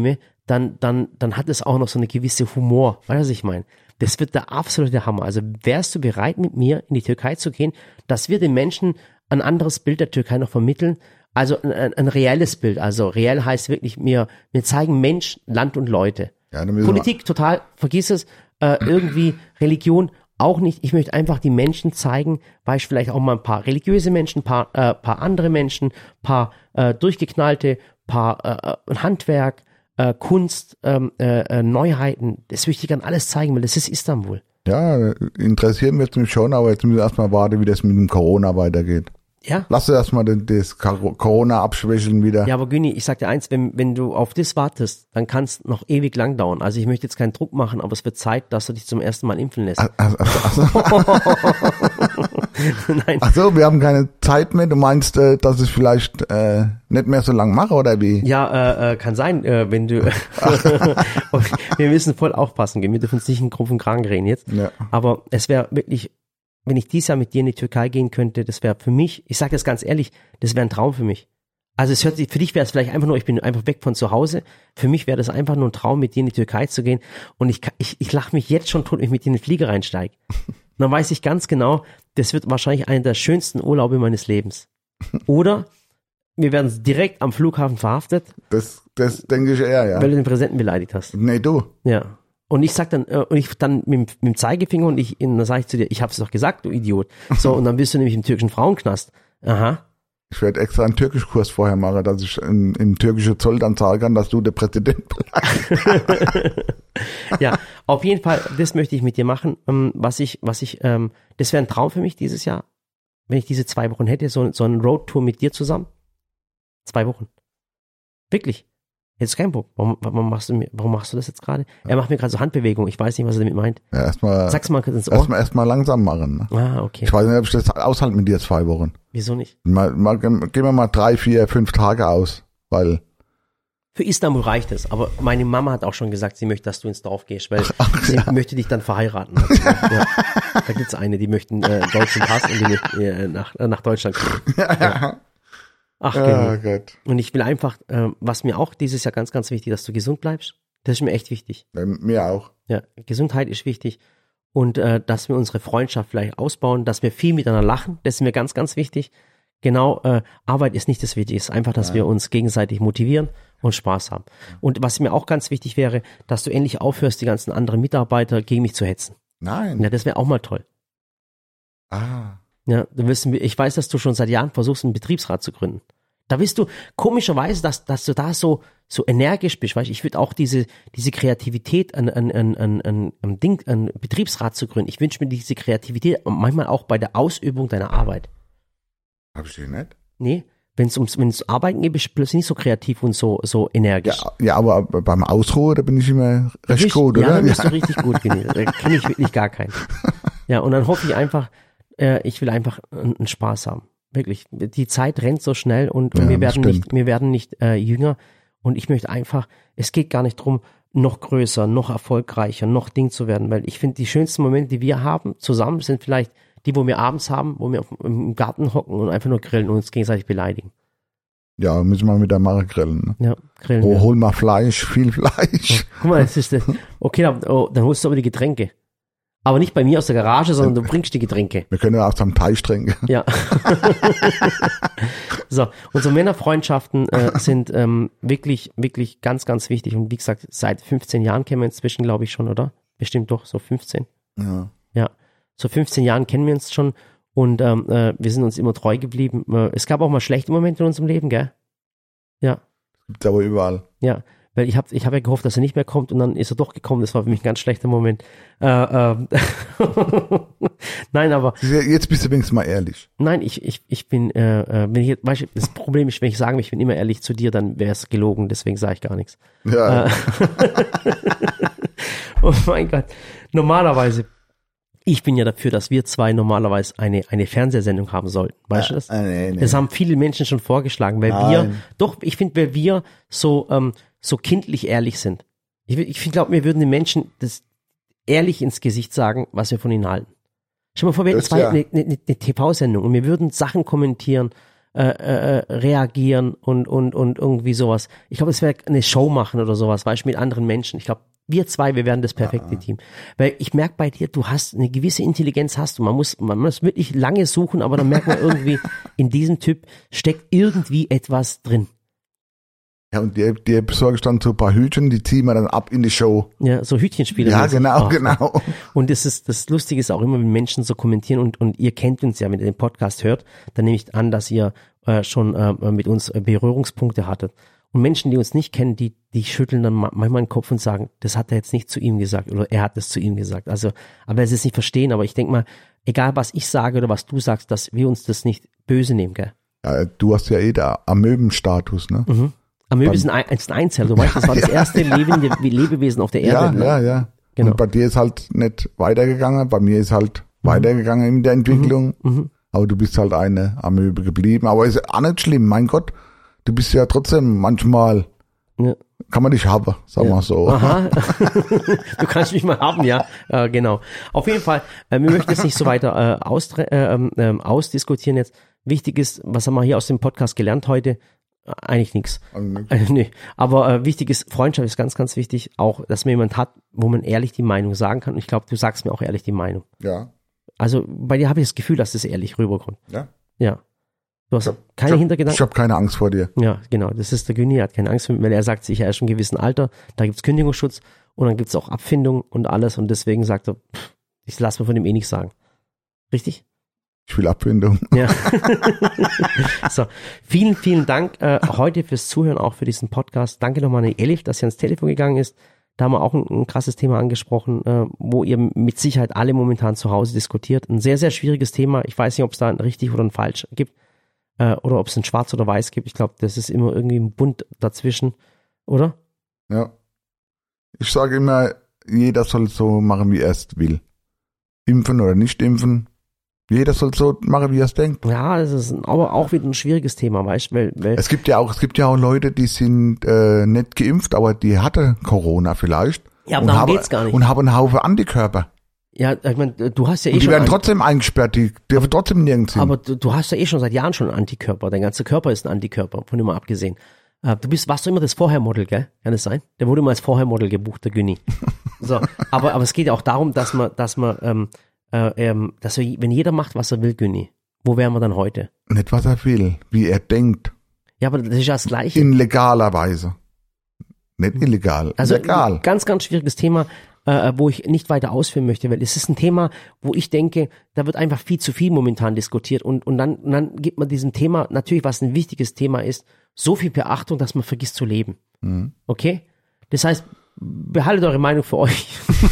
[SPEAKER 1] dann, dann, dann hat es auch noch so eine gewisse Humor. Weißt du, was ich meine? Das wird der absolute Hammer. Also wärst du bereit, mit mir in die Türkei zu gehen, dass wir den Menschen ein anderes Bild der Türkei noch vermitteln? Also ein, ein reelles Bild. Also reell heißt wirklich, wir, wir zeigen Mensch, Land und Leute.
[SPEAKER 2] Ja, dann müssen
[SPEAKER 1] Politik,
[SPEAKER 2] wir
[SPEAKER 1] total, vergiss es. Äh, irgendwie Religion, auch nicht. Ich möchte einfach die Menschen zeigen, weil ich vielleicht auch mal ein paar religiöse Menschen, ein paar, äh, paar andere Menschen, paar äh, durchgeknallte, paar äh, Handwerk, äh, Kunst, ähm, äh, Neuheiten. Das möchte ich gerne alles zeigen, weil das ist Istanbul.
[SPEAKER 2] Ja, interessieren wird es mich schon, aber jetzt müssen wir erstmal warten, wie das mit dem Corona weitergeht.
[SPEAKER 1] Ja.
[SPEAKER 2] Lass uns erstmal das Corona abschwächeln wieder.
[SPEAKER 1] Ja, aber Güni, ich sag dir eins, wenn, wenn du auf das wartest, dann kann es noch ewig lang dauern. Also ich möchte jetzt keinen Druck machen, aber es wird Zeit, dass du dich zum ersten Mal impfen lässt.
[SPEAKER 2] Ach, ach, ach,
[SPEAKER 1] Nein.
[SPEAKER 2] ach so, wir haben keine Zeit mehr. Du meinst, äh, dass ich vielleicht äh, nicht mehr so lang mache, oder wie?
[SPEAKER 1] Ja, äh, kann sein, äh, wenn du wir müssen voll aufpassen, wir dürfen uns nicht in Kopf und Kragen reden jetzt.
[SPEAKER 2] Ja.
[SPEAKER 1] Aber es wäre wirklich, wenn ich dieses Jahr mit dir in die Türkei gehen könnte, das wäre für mich, ich sage das ganz ehrlich, das wäre ein Traum für mich. Also es hört sich, für dich wäre es vielleicht einfach nur, ich bin einfach weg von zu Hause. Für mich wäre das einfach nur ein Traum, mit dir in die Türkei zu gehen. Und ich, ich, ich lache mich jetzt schon tot, wenn ich mit dir in den Flieger reinsteige. Und dann weiß ich ganz genau, das wird wahrscheinlich einer der schönsten Urlaube meines Lebens. Oder wir werden direkt am Flughafen verhaftet.
[SPEAKER 2] Das, das denke ich eher, ja.
[SPEAKER 1] Weil du den Präsidenten beleidigt hast.
[SPEAKER 2] Nee, du.
[SPEAKER 1] Ja. Und ich sag dann, äh, und ich dann mit, mit dem Zeigefinger und ich, und dann sage ich zu dir, ich hab's doch gesagt, du Idiot. So, und dann bist du nämlich im türkischen Frauenknast. Aha.
[SPEAKER 2] Ich werde extra einen Türkischkurs vorher machen, dass ich in, im türkischen Zoll dann sagen kann, dass du der Präsident bleibst.
[SPEAKER 1] Ja, auf jeden Fall, das möchte ich mit dir machen. Ähm, was ich, was ich, ähm, das wäre ein Traum für mich dieses Jahr, wenn ich diese zwei Wochen hätte, so, so eine Roadtour mit dir zusammen. Zwei Wochen. Wirklich. Jetzt kein Bock. Warum, warum, machst du mir, warum machst du das jetzt gerade? Er macht mir gerade so Handbewegungen. Ich weiß nicht, was er damit meint.
[SPEAKER 2] Ja, erstmal.
[SPEAKER 1] Sag's mal kurz ins Ohr.
[SPEAKER 2] Erstmal erstmal langsam machen. Ne?
[SPEAKER 1] Ah, okay.
[SPEAKER 2] Ich weiß nicht, ob ich das aushalte mit dir zwei Wochen.
[SPEAKER 1] Wieso nicht?
[SPEAKER 2] Mal, mal, gehen wir mal drei, vier, fünf Tage aus, weil.
[SPEAKER 1] Für Istanbul reicht es, aber meine Mama hat auch schon gesagt, sie möchte, dass du ins Dorf gehst, weil
[SPEAKER 2] Ach,
[SPEAKER 1] sie
[SPEAKER 2] ja.
[SPEAKER 1] möchte dich dann verheiraten. Also, ja. Da gibt's eine, die möchten äh, deutschen Pass und die möchten äh, nach, äh, nach Deutschland kommen. Ja. Ach,
[SPEAKER 2] Ja,
[SPEAKER 1] genau.
[SPEAKER 2] Gott.
[SPEAKER 1] Und ich will einfach, äh, was mir auch dieses Jahr ganz, ganz wichtig, dass du gesund bleibst. Das ist mir echt wichtig.
[SPEAKER 2] Ja, mir auch.
[SPEAKER 1] Ja, Gesundheit ist wichtig. Und äh, dass wir unsere Freundschaft vielleicht ausbauen, dass wir viel miteinander lachen, das ist mir ganz, ganz wichtig. Genau, äh, Arbeit ist nicht das Wichtige, es ist einfach, dass
[SPEAKER 2] Nein.
[SPEAKER 1] wir uns gegenseitig motivieren und Spaß haben. Und was mir auch ganz wichtig wäre, dass du endlich aufhörst, die ganzen anderen Mitarbeiter gegen mich zu hetzen.
[SPEAKER 2] Nein.
[SPEAKER 1] Ja, das wäre auch mal toll.
[SPEAKER 2] Ah.
[SPEAKER 1] Ja, du wirst, ich weiß, dass du schon seit Jahren versuchst, einen Betriebsrat zu gründen. Da bist du komischerweise, dass, dass du da so, so energisch bist, weißt, ich würde auch diese, diese Kreativität an, an, an, an, an, an Ding, an Betriebsrat zu gründen. Ich wünsche mir diese Kreativität manchmal auch bei der Ausübung deiner Arbeit.
[SPEAKER 2] Hab ich die nicht?
[SPEAKER 1] Nee, wenn es ums, wenn es Arbeiten geht, bist du plötzlich nicht so kreativ und so, so energisch.
[SPEAKER 2] Ja, ja, aber beim Ausruhen, da bin ich immer recht
[SPEAKER 1] Richtig,
[SPEAKER 2] gut,
[SPEAKER 1] ja,
[SPEAKER 2] oder?
[SPEAKER 1] dann bist du richtig gut, Genie. Da kenne ich wirklich gar keinen. Ja, und dann hoffe ich einfach, äh, ich will einfach einen Spaß haben. Wirklich. Die Zeit rennt so schnell und, und
[SPEAKER 2] Ja,
[SPEAKER 1] wir
[SPEAKER 2] das
[SPEAKER 1] werden
[SPEAKER 2] stimmt.
[SPEAKER 1] nicht, wir werden nicht äh, jünger. Und ich möchte einfach, es geht gar nicht drum, noch größer, noch erfolgreicher, noch Ding zu werden, weil ich finde, die schönsten Momente, die wir haben, zusammen, sind vielleicht die, wo wir abends haben, wo wir auf, im Garten hocken und einfach nur grillen und uns gegenseitig beleidigen.
[SPEAKER 2] Ja, müssen wir wieder mal grillen. Ne?
[SPEAKER 1] Ja, grillen
[SPEAKER 2] Oh,
[SPEAKER 1] wir.
[SPEAKER 2] hol mal Fleisch, viel Fleisch.
[SPEAKER 1] Guck mal, das ist das. Okay, dann, oh, dann holst du aber die Getränke. Aber nicht bei mir aus der Garage, sondern du bringst die Getränke.
[SPEAKER 2] Wir können ja aus dem Teich trinken.
[SPEAKER 1] Ja. So, unsere Männerfreundschaften äh, sind ähm, wirklich, wirklich ganz, ganz wichtig. Und wie gesagt, seit fünfzehn Jahren kennen wir uns inzwischen, glaube ich schon, oder? Bestimmt doch, so fünfzehn.
[SPEAKER 2] Ja.
[SPEAKER 1] Ja, so fünfzehn Jahren kennen wir uns schon und ähm, äh, wir sind uns immer treu geblieben. Äh, es gab auch mal schlechte Momente in unserem Leben, gell? Ja,
[SPEAKER 2] Gibt's aber überall.
[SPEAKER 1] ja. Weil ich habe ich hab ja gehofft, dass er nicht mehr kommt und dann ist er doch gekommen. Das war für mich ein ganz schlechter Moment. Äh, ähm. Nein, aber
[SPEAKER 2] Jetzt bist du wenigstens mal ehrlich.
[SPEAKER 1] nein, ich, ich, ich bin, äh, äh, wenn ich jetzt, weißt du, das Problem ist, wenn ich sage, ich bin immer ehrlich zu dir, dann wäre es gelogen, deswegen sage ich gar nichts.
[SPEAKER 2] Ja.
[SPEAKER 1] Äh, oh mein Gott. Normalerweise, ich bin ja dafür, dass wir zwei normalerweise eine, eine Fernsehsendung haben sollten. Weißt du das?
[SPEAKER 2] Ah, nee, nee.
[SPEAKER 1] Das haben viele Menschen schon vorgeschlagen, weil
[SPEAKER 2] Nein.
[SPEAKER 1] wir, doch, ich finde, weil wir so, ähm, so kindlich ehrlich sind. Ich, ich glaube, wir würden den Menschen das ehrlich ins Gesicht sagen, was wir von ihnen halten. Stell dir mal vor, wir hätten
[SPEAKER 2] Das
[SPEAKER 1] zwei,
[SPEAKER 2] ja.
[SPEAKER 1] eine, eine, eine T V-Sendung und wir würden Sachen kommentieren, äh, äh, reagieren und, und, und irgendwie sowas. Ich glaube, es wäre eine Show machen oder sowas, weißt du, mit anderen Menschen. Ich glaube, wir zwei, wir wären das perfekte ja. Team. Weil ich merke bei dir, du hast eine gewisse Intelligenz hast du. Man muss, man muss wirklich lange suchen, aber dann merkt man irgendwie, in diesem Typ steckt irgendwie etwas drin.
[SPEAKER 2] Ja, und die, die besorge ich dann so ein paar Hütchen, die ziehen wir dann ab in die Show.
[SPEAKER 1] Ja, so Hütchenspiele.
[SPEAKER 2] Ja, genau, oh, genau.
[SPEAKER 1] Und das ist, das Lustige ist auch immer, wenn Menschen so kommentieren und, und ihr kennt uns ja, wenn ihr den Podcast hört, dann nehme ich an, dass ihr äh, schon äh, mit uns Berührungspunkte hattet. Und Menschen, die uns nicht kennen, die, die schütteln dann manchmal den Kopf und sagen, das hat er jetzt nicht zu ihm gesagt oder er hat es zu ihm gesagt. Also, aber er es nicht verstehen, aber ich denke mal, egal was ich sage oder was du sagst, dass wir uns das nicht böse nehmen, gell?
[SPEAKER 2] Ja, du hast ja eh der Amöbenstatus, ne?
[SPEAKER 1] Mhm. Amöbe ist ein, ist ein Einzeller, du weißt, das war das erste lebende Lebewesen auf der Erde.
[SPEAKER 2] Ja,
[SPEAKER 1] ne?
[SPEAKER 2] ja, ja.
[SPEAKER 1] Genau.
[SPEAKER 2] Und bei dir ist halt nicht weitergegangen, bei mir ist halt mhm. weitergegangen in der Entwicklung. Mhm. Mhm. Aber du bist halt eine Amöbe geblieben. Aber ist auch nicht schlimm, mein Gott. Du bist ja trotzdem manchmal, ja. kann man dich haben, sagen wir ja. so.
[SPEAKER 1] Aha. Du kannst mich mal haben, ja, äh, genau. Auf jeden Fall, äh, wir möchten jetzt nicht so weiter äh, austre- äh, äh, ausdiskutieren jetzt. Wichtig ist, was haben wir hier aus dem Podcast gelernt heute? Eigentlich nichts. Äh, nee. Aber äh, wichtig ist, Freundschaft ist ganz, ganz wichtig. Auch, dass man jemand hat, wo man ehrlich die Meinung sagen kann. Und ich glaube, du sagst mir auch ehrlich die Meinung.
[SPEAKER 2] Ja.
[SPEAKER 1] Also bei dir habe ich das Gefühl, dass das ehrlich rüberkommt.
[SPEAKER 2] Ja.
[SPEAKER 1] Ja. Du hast
[SPEAKER 2] ich hab,
[SPEAKER 1] keine
[SPEAKER 2] ich hab,
[SPEAKER 1] Hintergedanken?
[SPEAKER 2] Ich habe keine Angst vor dir.
[SPEAKER 1] Ja, genau. Das ist der Günni, er hat keine Angst vor mir, weil er sagt sich, er ist schon im gewissen Alter. Da gibt's Kündigungsschutz und dann gibt's auch Abfindung und alles. Und deswegen sagt er, pff, ich lasse mir von dem eh nichts sagen. Richtig?
[SPEAKER 2] Ich will Abfindung.
[SPEAKER 1] Ja. So, vielen, vielen Dank äh, heute fürs Zuhören, auch für diesen Podcast. Danke nochmal an die Elif, dass sie ans Telefon gegangen ist. Da haben wir auch ein, ein krasses Thema angesprochen, äh, wo ihr mit Sicherheit alle momentan zu Hause diskutiert. Ein sehr, sehr schwieriges Thema. Ich weiß nicht, ob es da ein richtig oder ein falsch gibt äh, oder ob es ein schwarz oder weiß gibt. Ich glaube, das ist immer irgendwie ein Bunt dazwischen, oder?
[SPEAKER 2] Ja. Ich sage immer, jeder soll so machen, wie er es will. Impfen oder nicht impfen. Jeder soll so machen, wie er es denkt.
[SPEAKER 1] Ja, das ist aber auch wieder ein schwieriges Thema, weißt du? Weil, weil
[SPEAKER 2] es gibt ja auch, es gibt ja auch Leute, die sind äh, nicht geimpft, aber die hatte Corona vielleicht.
[SPEAKER 1] Ja, aber darum geht's gar nicht.
[SPEAKER 2] Und haben einen Haufen Antikörper.
[SPEAKER 1] Ja, ich meine, du hast ja eh
[SPEAKER 2] und die
[SPEAKER 1] schon.
[SPEAKER 2] werden trotzdem eingesperrt, die dürfen trotzdem nirgends hin.
[SPEAKER 1] Aber du, du hast ja eh schon seit Jahren schon einen Antikörper. Dein ganzer Körper ist ein Antikörper, von dem mal abgesehen. Uh, du bist, warst du immer das Vorhermodel, gell? Kann das sein? Der wurde immer als Vorhermodel gebucht, der Günni. So, aber, aber es geht ja auch darum, dass man, dass man, ähm, äh, ähm, dass wir, wenn jeder macht, was er will, Günni, wo wären wir dann heute?
[SPEAKER 2] Nicht, was er will, wie er denkt.
[SPEAKER 1] Ja, aber das ist ja das Gleiche.
[SPEAKER 2] In legaler Weise. Nicht illegal,
[SPEAKER 1] also
[SPEAKER 2] legal.
[SPEAKER 1] Ganz, ganz schwieriges Thema, äh, wo ich nicht weiter ausführen möchte, weil es ist ein Thema, wo ich denke, da wird einfach viel zu viel momentan diskutiert und, und dann, und dann gibt man diesem Thema, natürlich was ein wichtiges Thema ist, so viel Beachtung, dass man vergisst zu leben. Mhm. Okay? Das heißt, behaltet eure Meinung für euch.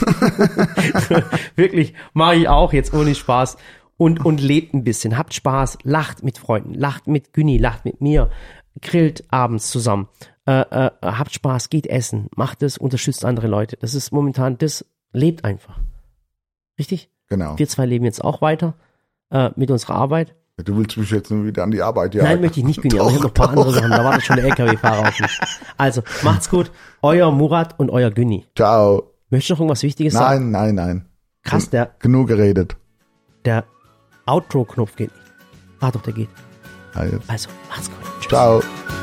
[SPEAKER 1] Wirklich, mache ich auch jetzt ohne Spaß. Und, und lebt ein bisschen, habt Spaß, lacht mit Freunden, lacht mit Günni, lacht mit mir, grillt abends zusammen, äh, äh, habt Spaß, geht essen, macht es, unterstützt andere Leute. Das ist momentan, das lebt einfach. Richtig?
[SPEAKER 2] Genau.
[SPEAKER 1] Wir zwei leben jetzt auch weiter äh, mit unserer Arbeit.
[SPEAKER 2] Du willst mich jetzt nur wieder an die Arbeit jagen.
[SPEAKER 1] Nein, möchte ich nicht, Günni, aber ich habe noch ein paar andere Sachen. Da wartet schon der L K W-Fahrer auf mich. Also, macht's gut. Euer Murat und euer Günni.
[SPEAKER 2] Ciao.
[SPEAKER 1] Möchtest du noch irgendwas Wichtiges
[SPEAKER 2] nein,
[SPEAKER 1] sagen?
[SPEAKER 2] Nein, nein, nein.
[SPEAKER 1] Krass, der...
[SPEAKER 2] Genug geredet.
[SPEAKER 1] Der Outro-Knopf geht nicht. Ah, doch, der geht.
[SPEAKER 2] Ah, jetzt.
[SPEAKER 1] Also, macht's gut. Tschüss.
[SPEAKER 2] Ciao.